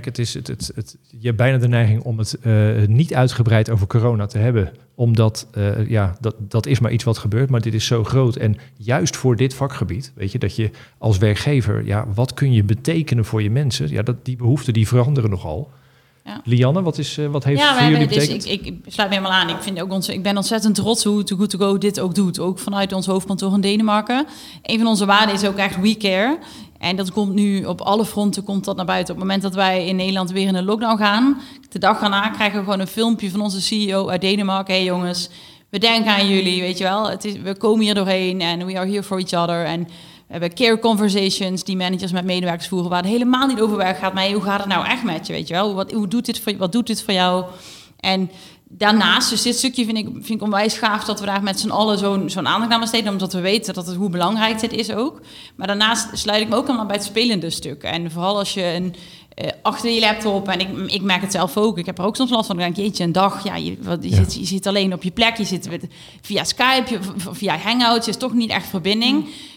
je hebt bijna de neiging om het niet uitgebreid over corona te hebben. Omdat, dat is maar iets wat gebeurt, maar dit is zo groot. En juist voor dit vakgebied, weet je, dat je als werkgever, wat kun je betekenen voor je mensen? Ja, die behoeften die veranderen nogal. Ja. Lianne, wat heeft voor jullie betekend? Dus ik sluit me helemaal aan. Ik ben ontzettend trots hoe Too Good To Go dit ook doet. Ook vanuit ons hoofdkantoor in Denemarken. Een van onze waarden is ook echt we care. En dat komt nu op alle fronten naar buiten. Op het moment dat wij in Nederland weer in een lockdown gaan, de dag daarna krijgen we gewoon een filmpje van onze CEO uit Denemarken. Hey jongens, we denken aan jullie, weet je wel. We komen hier doorheen en we are here for each other. En we hebben care conversations die managers met medewerkers voeren, waar het helemaal niet over werk gaat. Maar hoe gaat het nou echt met je, weet je wel? Wat doet dit voor jou? En daarnaast, dus dit stukje vind ik onwijs gaaf dat we daar met z'n allen zo'n aandacht aan besteden, omdat we weten hoe belangrijk dit is ook. Maar daarnaast sluit ik me ook allemaal bij het spelende stuk. En vooral als je achter je laptop, en ik merk het zelf ook, ik heb er ook soms last van, dan denk ik, jeetje, een dag, je zit alleen op je plek, je zit via Skype, via Hangouts, is toch niet echt verbinding.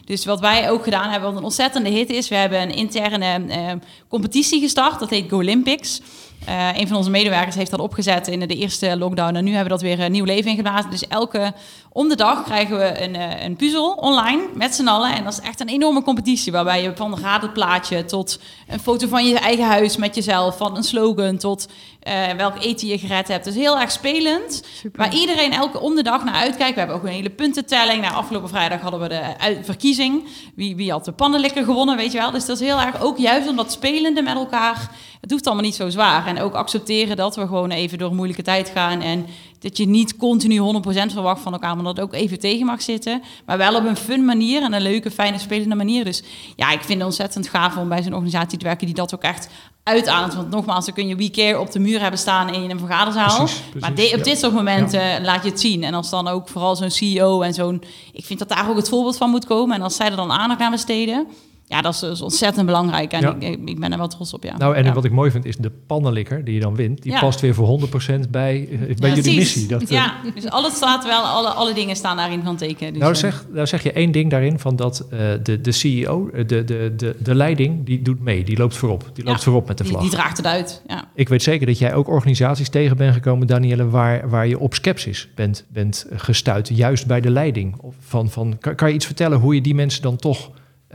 Dus wat wij ook gedaan hebben, wat een ontzettende hit is, we hebben een interne competitie gestart. Dat heet GoLympics. Een van onze medewerkers heeft dat opgezet in de eerste lockdown. En nu hebben we dat weer een nieuw leven ingeblazen. Dus om de dag krijgen we een puzzel online met z'n allen. En dat is echt een enorme competitie. Waarbij je van het plaatje tot een foto van je eigen huis met jezelf. Van een slogan tot welk eten je gered hebt. Dus heel erg spelend. Super. Waar iedereen om de dag naar uitkijkt. We hebben ook een hele puntentelling. Nou, afgelopen vrijdag hadden we de verkiezing. Wie had de pannenlikker gewonnen, weet je wel. Dus dat is heel erg ook juist om dat spelende met elkaar. Het hoeft allemaal niet zo zwaar. En ook accepteren dat we gewoon even door een moeilijke tijd gaan. En dat je niet continu 100% verwacht van elkaar, maar dat het ook even tegen mag zitten. Maar wel op een fun manier en een leuke, fijne, spelende manier. Dus ja, ik vind het ontzettend gaaf om bij zo'n organisatie te werken die dat ook echt uitademt. Want nogmaals, dan kun je We Care op de muur hebben staan in een vergaderzaal. Precies, maar op dit soort momenten laat je het zien. En als dan ook vooral zo'n CEO en ik vind dat daar ook het voorbeeld van moet komen. En als zij er dan aandacht aan besteden. Ja, dat is dus ontzettend belangrijk en ik ben er wel trots op, Nou, en wat ik mooi vind is de pannenlikker die je dan wint. Die past weer voor 100% bij jullie missie. Dus alles staat wel, alle dingen staan daarin van teken. Dus, nou zeg je één ding daarin van dat de CEO, de leiding, die doet mee. Die loopt voorop. Die loopt voorop met de vlag. Die draagt het uit, ja. Ik weet zeker dat jij ook organisaties tegen bent gekomen, Danielle, waar je op skepsis bent gestuit. Juist bij de leiding. Kan je iets vertellen hoe je die mensen dan toch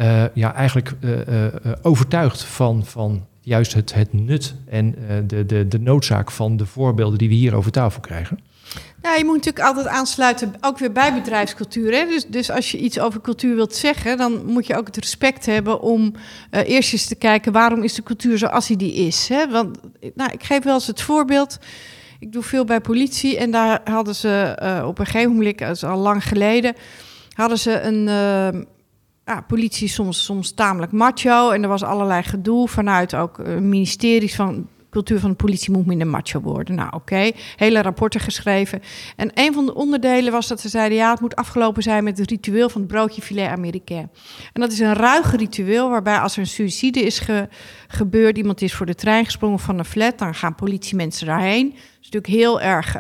overtuigd van juist het nut en de noodzaak van de voorbeelden die we hier over tafel krijgen? Nou, je moet natuurlijk altijd aansluiten, ook weer bij bedrijfscultuur. Hè? Dus als je iets over cultuur wilt zeggen, dan moet je ook het respect hebben om eerst eens te kijken, waarom is de cultuur zoals die is? Hè? Want ik geef wel eens het voorbeeld. Ik doe veel bij politie en daar hadden ze op een gegeven moment, dat is al lang geleden, hadden ze een politie soms tamelijk macho. En er was allerlei gedoe vanuit ook ministeries van cultuur van de politie moet minder macho worden. Nou, oké. Hele rapporten geschreven. En een van de onderdelen was dat ze zeiden, het moet afgelopen zijn met het ritueel van het broodje filet américain. En dat is een ruig ritueel waarbij als er een suïcide is gebeurd, iemand is voor de trein gesprongen van een flat, dan gaan politiemensen daarheen. Dat is natuurlijk heel erg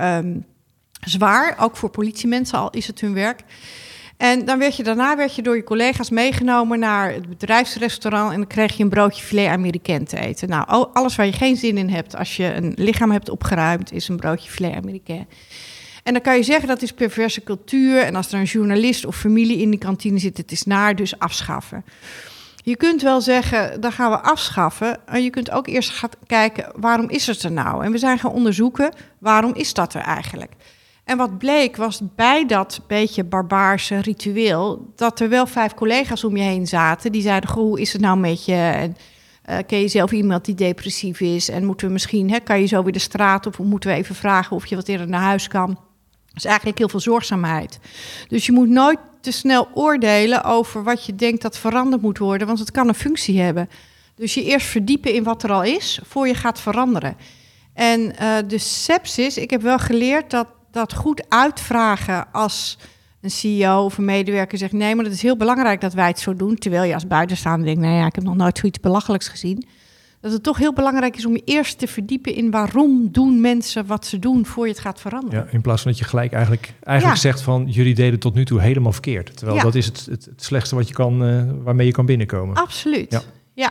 zwaar, ook voor politiemensen, al is het hun werk. En dan werd je door je collega's meegenomen naar het bedrijfsrestaurant en dan kreeg je een broodje filet américain te eten. Nou, alles waar je geen zin in hebt als je een lichaam hebt opgeruimd, is een broodje filet américain. En dan kan je zeggen dat is perverse cultuur en als er een journalist of familie in die kantine zit, het is naar, dus afschaffen. Je kunt wel zeggen, dan gaan we afschaffen. En je kunt ook eerst gaan kijken, waarom is het er nou? En we zijn gaan onderzoeken, waarom is dat er eigenlijk? En wat bleek was bij dat beetje barbaarse ritueel, dat er wel 5 collega's om je heen zaten. Die zeiden, goh, hoe is het nou met je? En, ken je zelf iemand die depressief is? En moeten we misschien, kan je zo weer de straat op? Of moeten we even vragen of je wat eerder naar huis kan? Dus eigenlijk heel veel zorgzaamheid. Dus je moet nooit te snel oordelen over wat je denkt dat veranderd moet worden. Want het kan een functie hebben. Dus je eerst verdiepen in wat er al is, voor je gaat veranderen. En de sepsis, ik heb wel geleerd dat goed uitvragen als een CEO of een medewerker zegt, nee, maar het is heel belangrijk dat wij het zo doen. Terwijl je als buitenstaander denkt, ik heb nog nooit zoiets belachelijks gezien. Dat het toch heel belangrijk is om je eerst te verdiepen in waarom doen mensen wat ze doen voor je het gaat veranderen. Ja, in plaats van dat je gelijk eigenlijk zegt van jullie deden tot nu toe helemaal verkeerd. Terwijl dat is het slechtste wat je kan, waarmee je kan binnenkomen. Absoluut.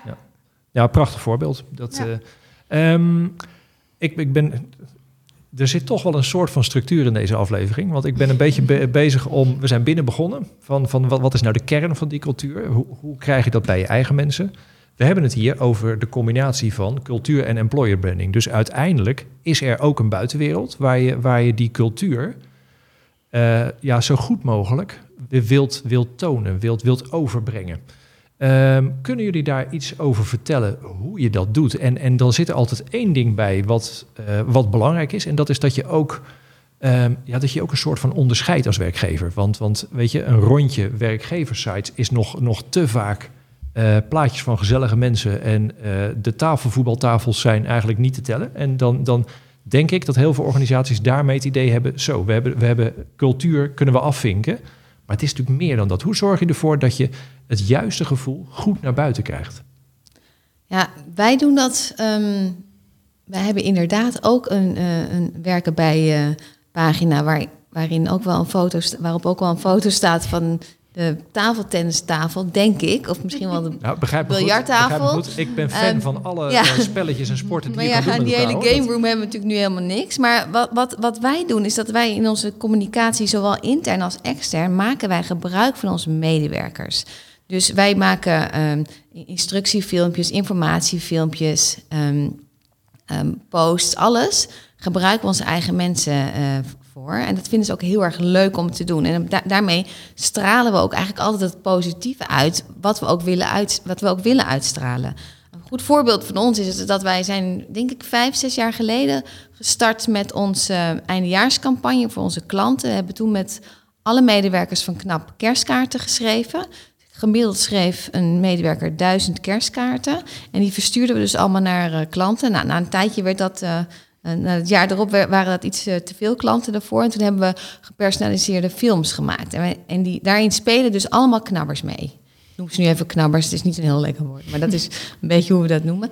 Ja, prachtig voorbeeld. Ik ben... Er zit toch wel een soort van structuur in deze aflevering. Want ik ben een beetje bezig om... We zijn binnen begonnen van wat is nou de kern van die cultuur? Hoe krijg je dat bij je eigen mensen? We hebben het hier over de combinatie van cultuur en employer branding. Dus uiteindelijk is er ook een buitenwereld waar je die cultuur zo goed mogelijk wilt tonen, wilt overbrengen. Kunnen jullie daar iets over vertellen hoe je dat doet? En dan zit er altijd één ding bij wat belangrijk is. En dat is dat je ook een soort van onderscheidt als werkgever. Want weet je, een rondje werkgeverssites is nog te vaak plaatjes van gezellige mensen. En de voetbaltafels zijn eigenlijk niet te tellen. En dan denk ik dat heel veel organisaties daarmee het idee hebben, zo, we hebben cultuur, kunnen we afvinken. Maar het is natuurlijk meer dan dat. Hoe zorg je ervoor dat je het juiste gevoel goed naar buiten krijgt? Ja, wij doen dat. Wij hebben inderdaad ook een werken bij pagina waarin ook wel een foto, waarop ook wel een foto staat van de tafeltennistafel, denk ik. Of misschien wel de biljarttafel. Ik ben fan van alle spelletjes en sporten die je kan doen met die elkaar, hele game room hebben we natuurlijk nu helemaal niks. Maar wat wij doen, is dat wij in onze communicatie, zowel intern als extern, maken wij gebruik van onze medewerkers. Dus wij maken instructiefilmpjes, informatiefilmpjes, posts, alles. Gebruiken we onze eigen mensen voor. En dat vinden ze ook heel erg leuk om te doen. En daarmee stralen we ook eigenlijk altijd het positieve uit, wat we ook willen uitstralen. Een goed voorbeeld van ons is dat wij zijn, denk ik, 5-6 jaar geleden gestart met onze eindejaarscampagne voor onze klanten. We hebben toen met alle medewerkers van KNAP kerstkaarten geschreven. Gemiddeld schreef een medewerker 1000 kerstkaarten. En die verstuurden we dus allemaal naar klanten. Nou, na een tijdje werd dat... het jaar erop waren dat iets te veel klanten daarvoor. En toen hebben we gepersonaliseerde films gemaakt. En daarin spelen dus allemaal knabbers mee. Ik noem ze nu even knabbers. Het is niet een heel lekker woord. Maar dat is een beetje hoe we dat noemen.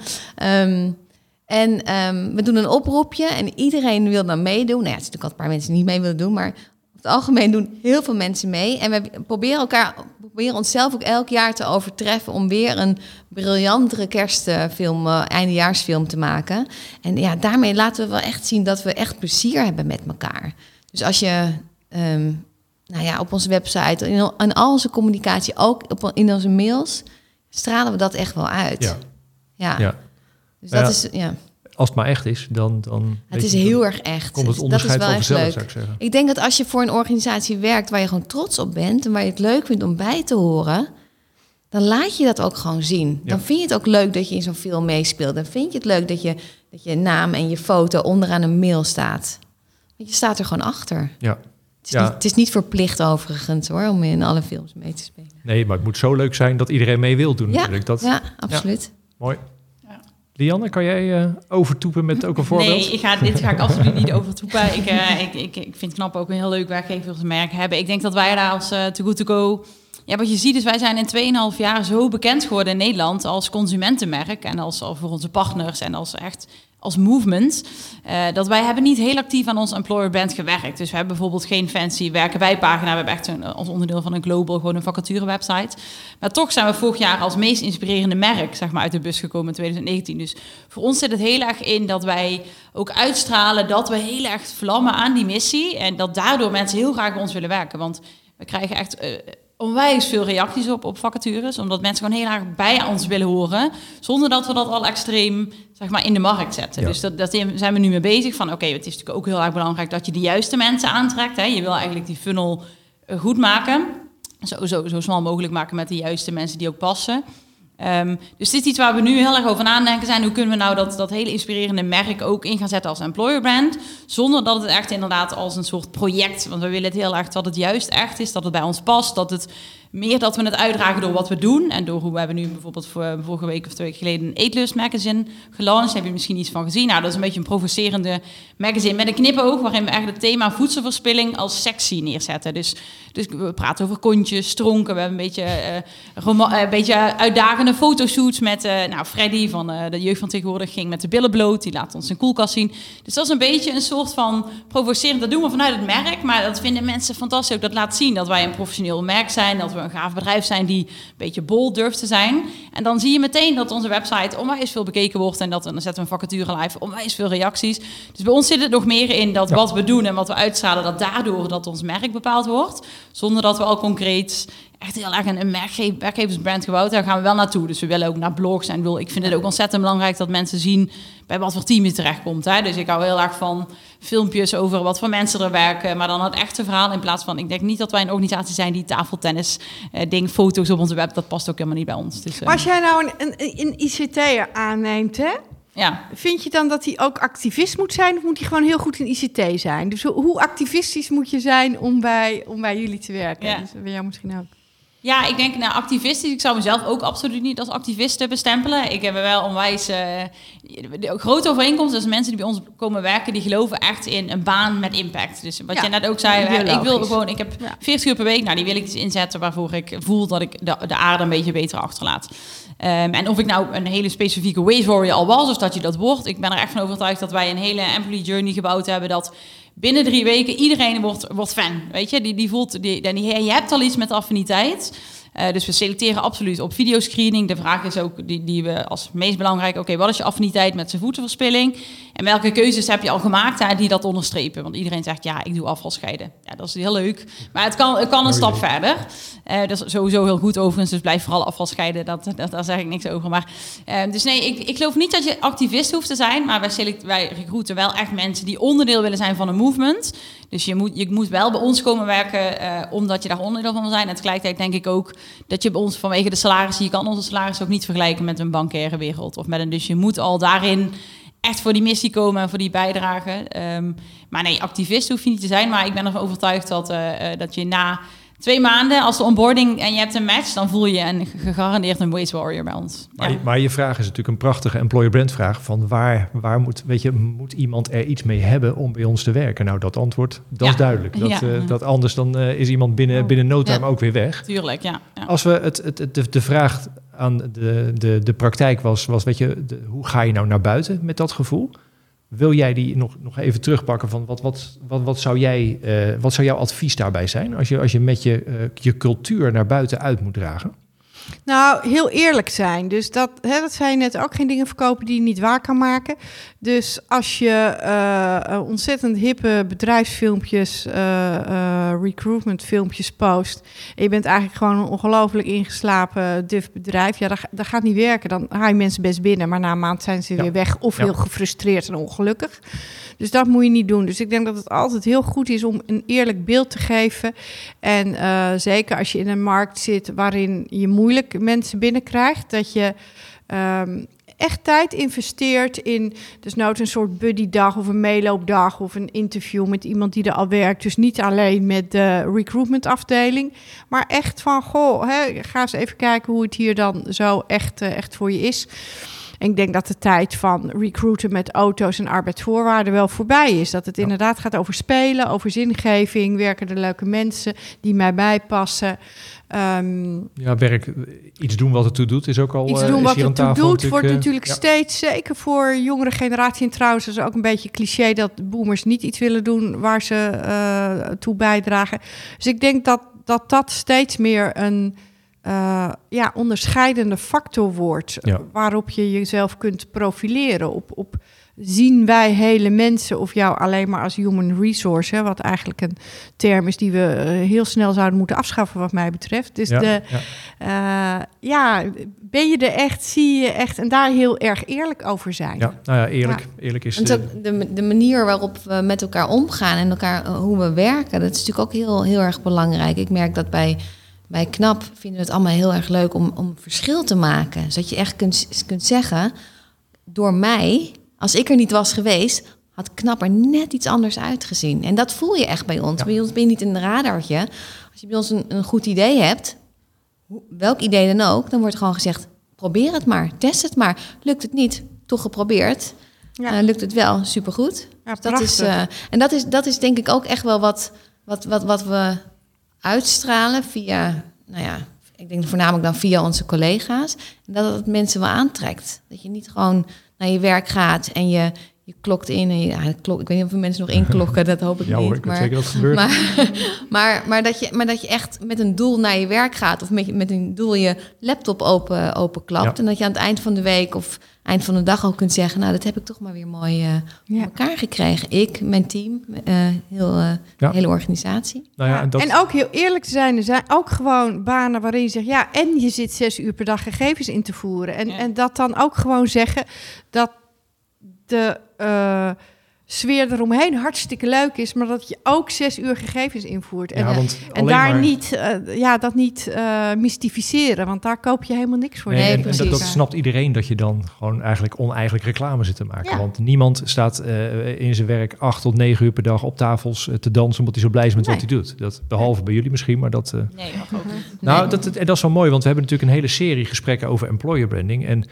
We doen een oproepje. En iedereen wil dan meedoen. Nou ja, het is natuurlijk altijd een paar mensen die niet mee willen doen. Maar over het algemeen doen heel veel mensen mee. En we proberen onszelf ook elk jaar te overtreffen om weer een briljantere kerstfilm, eindejaarsfilm te maken. En ja, daarmee laten we wel echt zien dat we echt plezier hebben met elkaar. Dus als je op onze website, in al onze communicatie, ook in onze mails, stralen we dat echt wel uit. Ja. Dus dat is... Ja. Als het maar echt is, dan het is heel erg echt. Komt het onderscheid dat is wel wel vanzelf, zou ik zeggen. Ik denk dat als je voor een organisatie werkt waar je gewoon trots op bent en waar je het leuk vindt om bij te horen, dan laat je dat ook gewoon zien. Dan vind je het ook leuk dat je in zo'n film meespeelt. Dan vind je het leuk dat je naam en je foto onderaan een mail staat. Want je staat er gewoon achter. Ja. Het is niet verplicht overigens hoor, om in alle films mee te spelen. Nee, maar het moet zo leuk zijn dat iedereen mee wil doen. Ja, natuurlijk. Absoluut. Ja. Mooi. Lianne, kan jij overtoepen met ook een voorbeeld? Nee, dit ga ik absoluut niet overtoepen. Ik vind KNAP ook een heel leuk werkgeversmerk hebben. Ik denk dat wij daar als Too Good To Go... Ja, wat je ziet is, wij zijn in 2,5 jaar zo bekend geworden in Nederland als consumentenmerk en als voor onze partners en als movement, dat wij hebben niet heel actief aan ons employer brand gewerkt. Dus we hebben bijvoorbeeld geen fancy werken wij pagina. We hebben echt als onderdeel van een global gewoon een vacature website. Maar toch zijn we vorig jaar als meest inspirerende merk uit de bus gekomen in 2019. Dus voor ons zit het heel erg in dat wij ook uitstralen dat we heel erg vlammen aan die missie en dat daardoor mensen heel graag bij ons willen werken. Want we krijgen echt onwijs veel reacties op vacatures, omdat mensen gewoon heel erg bij ons willen horen, zonder dat we dat al extreem in de markt zetten. Ja. Dus dat zijn we nu mee bezig van, oké, het is natuurlijk ook heel erg belangrijk dat je de juiste mensen aantrekt. Hè. Je wil eigenlijk die funnel goed maken, zo snel mogelijk maken met de juiste mensen die ook passen. Dus dit is iets waar we nu heel erg over nadenken zijn. Hoe kunnen we nou dat hele inspirerende merk ook in gaan zetten als employer brand, zonder dat het echt inderdaad als een soort project, want we willen het heel erg dat het juist echt is, dat het bij ons past, dat we het uitdragen door wat we doen en door hoe we hebben nu bijvoorbeeld vorige week of 2 weken geleden een Eetlust magazine gelanceerd. Heb je misschien iets van gezien? Nou, dat is een beetje een provocerende magazine met een knipoog waarin we eigenlijk het thema voedselverspilling als sexy neerzetten. Dus we praten over kontjes, stronken. We hebben een beetje uitdagende fotoshoots met Freddy van de jeugd van tegenwoordig ging met de billen bloot. Die laat ons een koelkast zien. Dus dat is een beetje een soort van provocerend. Dat doen we vanuit het merk, maar dat vinden mensen fantastisch ook. Dat laat zien dat wij een professioneel merk zijn, dat we een gaaf bedrijf zijn die een beetje bold durft te zijn. En dan zie je meteen dat onze website onwijs veel bekeken wordt en dan zetten we een vacature live, onwijs veel reacties. Dus bij ons zit het nog meer in dat wat we doen en wat we uitstralen, dat daardoor dat ons merk bepaald wordt, zonder dat we al concreet echt heel erg een werkgeversbrand gebouwd. Daar gaan we wel naartoe. Dus we willen ook naar blogs. En ik vind het ook ontzettend belangrijk dat mensen zien bij wat voor team je terechtkomt. Hè? Dus ik hou heel erg van filmpjes over wat voor mensen er werken, maar dan het echte verhaal in plaats van, ik denk niet dat wij een organisatie zijn die tafeltennis foto's op onze web, dat past ook helemaal niet bij ons. Dus, maar als jij nou een ICT'er aanneemt, hè? Ja. Vind je dan dat hij ook activist moet zijn of moet hij gewoon heel goed in ICT zijn? Dus hoe activistisch moet je zijn om bij jullie te werken? Ja. Dus bij jou misschien ook. Ja, ik denk activistisch. Ik zou mezelf ook absoluut niet als activiste bestempelen. Ik heb wel onwijs de grote overeenkomst. Dus mensen die bij ons komen werken, die geloven echt in een baan met impact. Dus wat jij net ook zei, ik heb 40 uur per week. Nou, die wil ik iets inzetten waarvoor ik voel dat ik de aarde een beetje beter achterlaat. En of ik nou een hele specifieke waste warrior al was, of dat je dat wordt. Ik ben er echt van overtuigd dat wij een hele employee journey gebouwd hebben, dat binnen 3 weken iedereen wordt fan. Weet je, die voelt, je hebt al iets met affiniteit. Dus we selecteren absoluut op videoscreening. De vraag is ook die we als meest belangrijk... Oké, wat is je affiniteit met zijn voetenverspilling? En welke keuzes heb je al gemaakt die dat onderstrepen? Want iedereen zegt, ja, ik doe afval scheiden. Ja, dat is heel leuk. Maar het kan een stap verder. Dat is sowieso heel goed overigens. Dus blijf vooral afval scheiden. Daar zeg ik niks over. Maar, dus nee, ik geloof niet dat je activist hoeft te zijn. Maar wij recruiten wel echt mensen die onderdeel willen zijn van een movement. Dus je moet wel bij ons komen werken omdat je daar onderdeel van wil zijn. En tegelijkertijd denk ik ook dat je bij ons vanwege de salarissen... Je kan onze salaris ook niet vergelijken met een bankaire wereld. Dus je moet al daarin echt voor die missie komen en voor die bijdrage. Maar nee, activist hoef je niet te zijn. Maar ik ben ervan overtuigd dat je na 2 maanden, als de onboarding en je hebt een match... dan voel je gegarandeerd een Waste Warrior bij ons. Ja. Maar je vraag is natuurlijk een prachtige employer brand vraag... van waar moet iemand er iets mee hebben om bij ons te werken? Nou, dat antwoord, dat is duidelijk. Dat anders dan is iemand binnen no time ook weer weg. Tuurlijk, ja. Als we de vraag aan de praktijk was weet je, hoe ga je nou naar buiten met dat gevoel? Wil jij die nog even terugpakken van wat zou jouw advies daarbij zijn als je met je cultuur naar buiten uit moet dragen? Nou, heel eerlijk zijn. Dus dat zei je net ook, geen dingen verkopen die je niet waar kan maken. Dus als je ontzettend hippe bedrijfsfilmpjes, recruitmentfilmpjes post... en je bent eigenlijk gewoon een ongelooflijk ingeslapen duf bedrijf... ja, dat gaat niet werken. Dan haal je mensen best binnen, maar na een maand zijn ze weer weg... of heel gefrustreerd en ongelukkig. Dus dat moet je niet doen. Dus ik denk dat het altijd heel goed is om een eerlijk beeld te geven. En zeker als je in een markt zit waarin je moeilijk mensen binnenkrijgt... dat je echt tijd investeert in dus een soort buddydag of een meeloopdag... of een interview met iemand die er al werkt. Dus niet alleen met de recruitmentafdeling, maar echt van... ga eens even kijken hoe het hier dan zo echt voor je is... En ik denk dat de tijd van recruiten met auto's en arbeidsvoorwaarden wel voorbij is. Dat het inderdaad gaat over spelen, over zingeving. Werken er leuke mensen die mij bijpassen. Iets doen wat het toe doet is ook al... Iets doen wat het toe doet wordt natuurlijk steeds, zeker voor jongere generatie. En trouwens is ook een beetje cliché dat boomers niet iets willen doen waar ze toe bijdragen. Dus ik denk dat steeds meer een... onderscheidende factor wordt... waarop je jezelf kunt profileren. Op zien wij hele mensen of jou alleen maar als human resource... wat eigenlijk een term is die we heel snel zouden moeten afschaffen wat mij betreft. Dus ben je er echt, zie je echt... en daar heel erg eerlijk over zijn. Ja, eerlijk is... En de manier waarop we met elkaar omgaan en hoe we werken... dat is natuurlijk ook heel, heel erg belangrijk. Ik merk dat bij KNAP vinden we het allemaal heel erg leuk om verschil te maken. Zodat je echt kunt zeggen, door mij, als ik er niet was geweest... had KNAP er net iets anders uitgezien. En dat voel je echt bij ons. Ja. Bij ons ben je niet een radartje. Als je bij ons een goed idee hebt, welk idee dan ook... dan wordt gewoon gezegd, probeer het maar, test het maar. Lukt het niet, toch geprobeerd. Lukt het wel, supergoed. Ja, dus dat is denk ik ook echt wel wat we... uitstralen via, ik denk voornamelijk dan via onze collega's. En dat het mensen wel aantrekt. Dat je niet gewoon naar je werk gaat en je klokt in. En ik weet niet of er mensen nog inklokken, dat hoop ik niet. Hoor, ik weet zeker dat het gebeurt. Maar dat je echt met een doel naar je werk gaat... of met een doel je laptop openklapt... Ja. En dat je aan het eind van de week of eind van de dag ook kunt zeggen... dat heb ik toch maar weer mooi op elkaar gekregen. Ik, mijn team, de hele organisatie. En ook heel eerlijk te zijn, er zijn ook gewoon banen waarin je zegt... en je zit 6 uur per dag gegevens in te voeren. En dat dan ook gewoon zeggen dat de sfeer eromheen hartstikke leuk is... maar dat je ook 6 uur gegevens invoert. En daar dat niet mystificeren, want daar koop je helemaal niks voor. Nee, en dat snapt iedereen dat je dan gewoon eigenlijk oneigenlijk reclame zit te maken. Ja. Want niemand staat in zijn werk 8 tot 9 uur per dag op tafels te dansen... omdat hij zo blij is met wat hij doet. Behalve bij jullie misschien, maar dat... Nee, mag ook niet. Dat is wel mooi, want we hebben natuurlijk een hele serie gesprekken over employer branding... en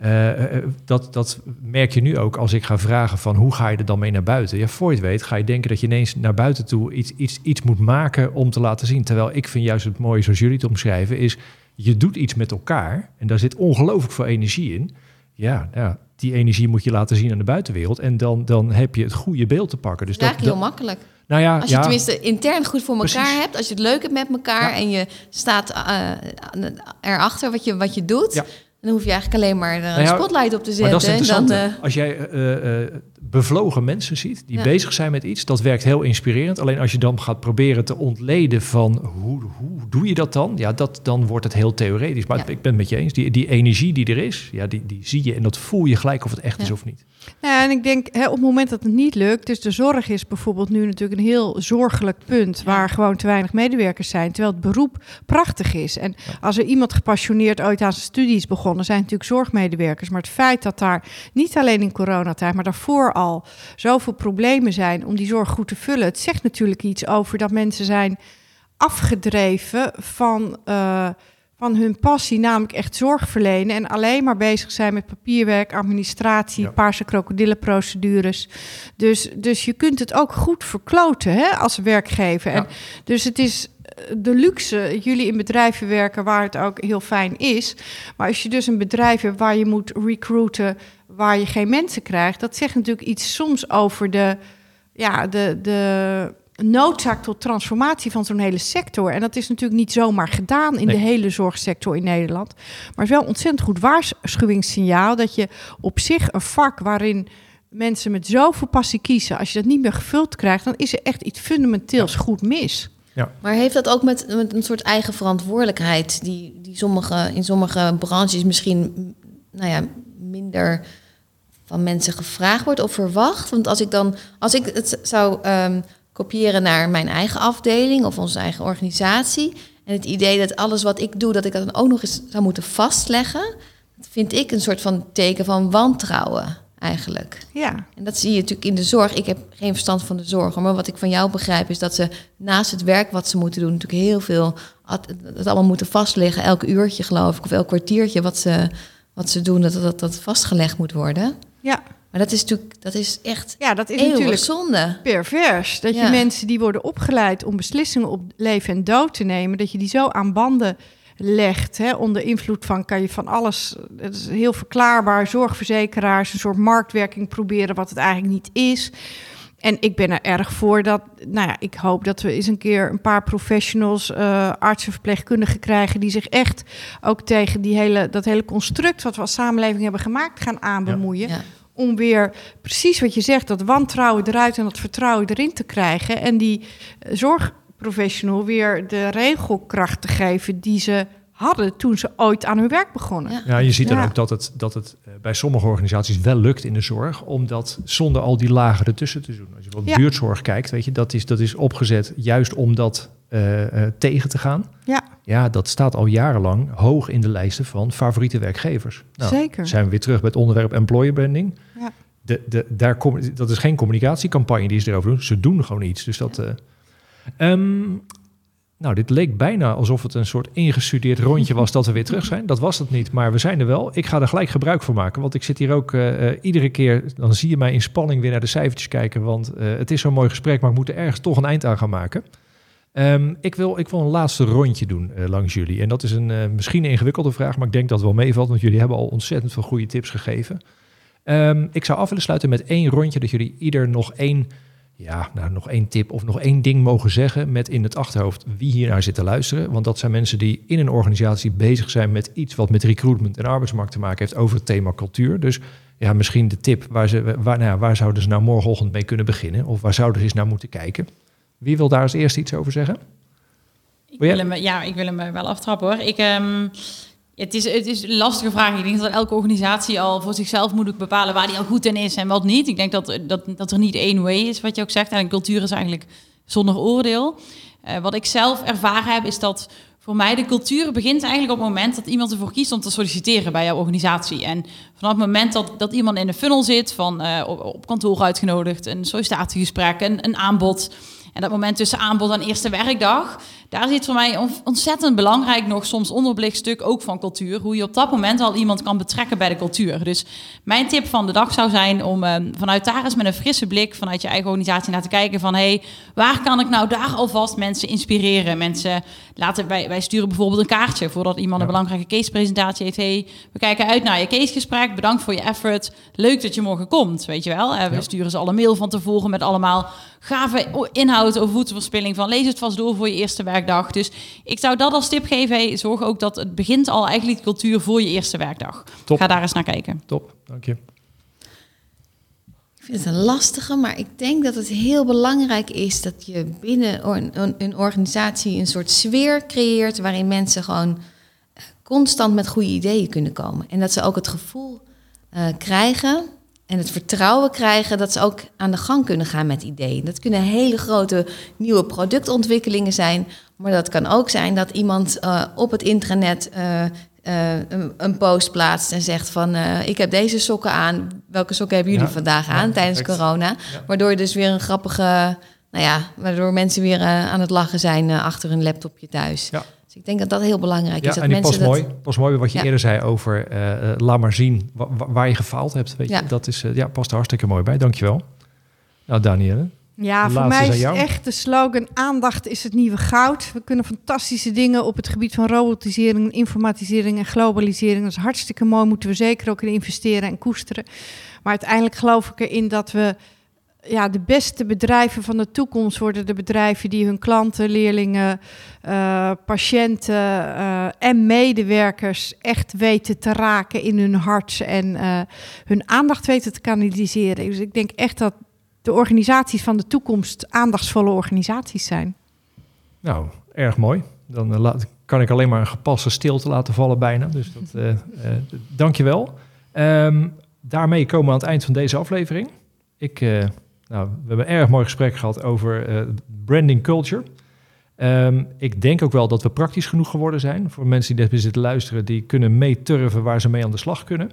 dat merk je nu ook als ik ga vragen van hoe ga je er dan mee naar buiten? Ja, voor je het weet ga je denken dat je ineens naar buiten toe iets moet maken om te laten zien. Terwijl ik vind juist het mooie zoals jullie het omschrijven is, je doet iets met elkaar en daar zit ongelooflijk veel energie in. Ja, die energie moet je laten zien aan de buitenwereld. En dan heb je het goede beeld te pakken. Dus dat is heel makkelijk. Nou ja, als je tenminste intern goed voor elkaar precies. hebt, als je het leuk hebt met elkaar en je staat erachter wat je doet, dan hoef je eigenlijk alleen maar een spotlight op te zetten. Maar dat is interessant. Als jij bevlogen mensen ziet die bezig zijn met iets, dat werkt heel inspirerend. Alleen als je dan gaat proberen te ontleden van hoe doe je dat dan? Ja, dan wordt het heel theoretisch. Maar ik ben het met je eens. Die energie die er is, die zie je en dat voel je gelijk of het echt is of niet. Nou, en ik denk op het moment dat het niet lukt, dus de zorg is bijvoorbeeld nu natuurlijk een heel zorgelijk punt waar gewoon te weinig medewerkers zijn, terwijl het beroep prachtig is. En als er iemand gepassioneerd ooit aan zijn studies begonnen, zijn natuurlijk zorgmedewerkers. Maar het feit dat daar niet alleen in coronatijd, maar daarvoor al zoveel problemen zijn om die zorg goed te vullen, het zegt natuurlijk iets over dat mensen zijn afgedreven van hun passie, namelijk echt zorg verlenen en alleen maar bezig zijn met papierwerk, administratie, paarse krokodillenprocedures. Dus je kunt het ook goed verkloten als werkgever. Ja. En dus het is de luxe, jullie in bedrijven werken waar het ook heel fijn is. Maar als je dus een bedrijf hebt waar je moet recruiten, waar je geen mensen krijgt, dat zegt natuurlijk iets soms over de noodzaak tot transformatie van zo'n hele sector. En dat is natuurlijk niet zomaar gedaan in de hele zorgsector in Nederland. Maar het is wel een ontzettend goed waarschuwingssignaal dat je op zich een vak waarin mensen met zoveel passie kiezen, als je dat niet meer gevuld krijgt, dan is er echt iets fundamenteels goed mis. Ja. Maar heeft dat ook met een soort eigen verantwoordelijkheid die in sommige branches misschien minder van mensen gevraagd wordt of verwacht? Want als ik het zou kopiëren naar mijn eigen afdeling of onze eigen organisatie en het idee dat alles wat ik doe, dat ik dat dan ook nog eens zou moeten vastleggen, dat vind ik een soort van teken van wantrouwen eigenlijk. Ja. En dat zie je natuurlijk in de zorg. Ik heb geen verstand van de zorg, maar wat ik van jou begrijp is dat ze naast het werk wat ze moeten doen natuurlijk heel veel het allemaal moeten vastleggen, elk uurtje geloof ik of elk kwartiertje wat ze doen, dat vastgelegd moet worden. Ja. Maar dat is echt dat is natuurlijk zonde. Pervers. Dat je mensen die worden opgeleid om beslissingen op leven en dood te nemen, dat je die zo aan banden legt. Onder invloed van kan je van alles, het is heel verklaarbaar, zorgverzekeraars, een soort marktwerking proberen wat het eigenlijk niet is. En ik ben er erg voor dat, ik hoop dat we eens een keer een paar professionals, artsen, verpleegkundigen krijgen die zich echt ook tegen dat hele construct wat we als samenleving hebben gemaakt gaan aanbemoeien. Ja. Om weer precies wat je zegt, dat wantrouwen eruit en dat vertrouwen erin te krijgen. En die zorgprofessional weer de regelkracht te geven die ze hadden toen ze ooit aan hun werk begonnen. Ja, je ziet dan ook dat het bij sommige organisaties wel lukt in de zorg, omdat zonder al die lagen ertussen te doen. Als je wat buurtzorg kijkt, weet je, dat is opgezet juist om dat tegen te gaan. Ja, dat staat al jarenlang hoog in de lijsten van favoriete werkgevers. Nou, zeker. Zijn we weer terug bij het onderwerp employer branding. Ja. Dat is geen communicatiecampagne die ze erover doen. Ze doen gewoon iets. Dus dat. Dit leek bijna alsof het een soort ingestudeerd rondje was dat we weer terug zijn. Dat was het niet, maar we zijn er wel. Ik ga er gelijk gebruik van maken, want ik zit hier ook iedere keer, dan zie je mij in spanning weer naar de cijfertjes kijken, want het is zo'n mooi gesprek, maar ik moet er ergens toch een eind aan gaan maken. Ik wil een laatste rondje doen langs jullie. En dat is misschien een ingewikkelde vraag, maar ik denk dat het wel meevalt, want jullie hebben al ontzettend veel goede tips gegeven. Ik zou af willen sluiten met 1 rondje, dat jullie ieder nog één tip of nog 1 ding mogen zeggen met in het achterhoofd wie hier naar zit te luisteren. Want dat zijn mensen die in een organisatie bezig zijn met iets wat met recruitment en arbeidsmarkt te maken heeft over het thema cultuur. Dus misschien de tip, waar zouden ze nou morgenochtend mee kunnen beginnen? Of waar zouden ze eens naar moeten kijken? Wie wil daar als eerste iets over zeggen? Ik wil hem wel aftrappen hoor. Het is een lastige vraag. Ik denk dat elke organisatie al voor zichzelf moet bepalen waar die al goed in is en wat niet. Ik denk dat er niet één way is, wat je ook zegt. En cultuur is eigenlijk zonder oordeel. Wat ik zelf ervaren heb, is dat voor mij de cultuur begint eigenlijk op het moment dat iemand ervoor kiest om te solliciteren bij jouw organisatie. En vanaf het moment dat iemand in de funnel zit, van op kantoor uitgenodigd, een sollicitatiegesprek, een aanbod. En dat moment tussen aanbod en eerste werkdag, Daar zit voor mij ontzettend belangrijk nog soms onderbelicht stuk ook van cultuur. Hoe je op dat moment al iemand kan betrekken bij de cultuur. Dus mijn tip van de dag zou zijn om vanuit daar eens met een frisse blik vanuit je eigen organisatie naar te kijken van waar kan ik nou daar alvast mensen inspireren? Mensen wij sturen bijvoorbeeld een kaartje voordat iemand een belangrijke casepresentatie heeft. We kijken uit naar je casegesprek. Bedankt voor je effort. Leuk dat je morgen komt, weet je wel. We sturen ze al een mail van tevoren met allemaal gave inhoud over voedselverspilling van lees het vast door voor je eerste werkdag. Dus ik zou dat als tip geven. Zorg ook dat het begint al eigenlijk cultuur voor je eerste werkdag. Top. Ga daar eens naar kijken. Top, dank je. Ik vind het een lastige, maar ik denk dat het heel belangrijk is dat je binnen een organisatie een soort sfeer creëert waarin mensen gewoon constant met goede ideeën kunnen komen. En dat ze ook het gevoel krijgen en het vertrouwen krijgen dat ze ook aan de gang kunnen gaan met ideeën. Dat kunnen hele grote nieuwe productontwikkelingen zijn, maar dat kan ook zijn dat iemand op het intranet een post plaatst en zegt van ik heb deze sokken aan. Welke sokken hebben jullie vandaag aan tijdens corona? Ja. Waardoor je dus weer een grappige, waardoor mensen weer aan het lachen zijn achter een laptopje thuis. Ja. Dus ik denk dat dat heel belangrijk is. Dat en die mensen past mooi wat je eerder zei over laat maar zien waar je gefaald hebt. Weet je? Dat is, past er hartstikke mooi bij. Dankjewel. Nou, Daniëlle. Ja, voor mij is echt de slogan aandacht is het nieuwe goud. We kunnen fantastische dingen op het gebied van robotisering, informatisering en globalisering. Dat is hartstikke mooi, moeten we zeker ook in investeren en koesteren. Maar uiteindelijk geloof ik erin dat we de beste bedrijven van de toekomst worden de bedrijven die hun klanten, leerlingen, patiënten en medewerkers echt weten te raken in hun hart en hun aandacht weten te kanaliseren. Dus ik denk echt dat de organisaties van de toekomst aandachtsvolle organisaties zijn. Nou, erg mooi. Dan kan ik alleen maar een gepaste stilte laten vallen bijna. Dus dank je wel. Daarmee komen we aan het eind van deze aflevering. We hebben een erg mooi gesprek gehad over branding culture. Ik denk ook wel dat we praktisch genoeg geworden zijn. Voor mensen die dit zitten luisteren, die kunnen meeturven waar ze mee aan de slag kunnen.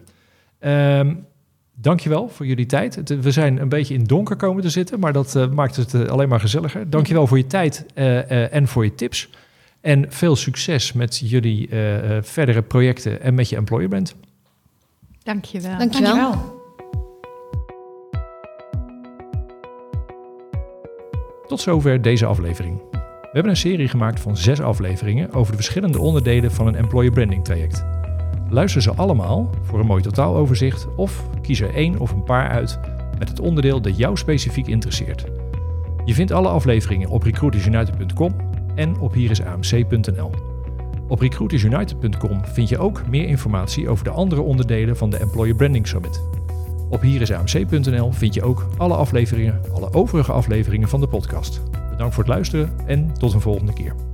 Dankjewel voor jullie tijd. We zijn een beetje in het donker komen te zitten, maar dat maakt het alleen maar gezelliger. Dankjewel voor je tijd en voor je tips. En veel succes met jullie verdere projecten en met je employer brand. Dankjewel. Dankjewel. Tot zover deze aflevering. We hebben een serie gemaakt van 6 afleveringen over de verschillende onderdelen van een employer branding traject. Luister ze allemaal voor een mooi totaaloverzicht of kies er 1 of een paar uit met het onderdeel dat jou specifiek interesseert. Je vindt alle afleveringen op recruitersunited.com en op hierisamc.nl. Op recruitersunited.com vind je ook meer informatie over de andere onderdelen van de Employer Branding Summit. Op hierisamc.nl vind je ook alle overige afleveringen van de podcast. Bedankt voor het luisteren en tot een volgende keer.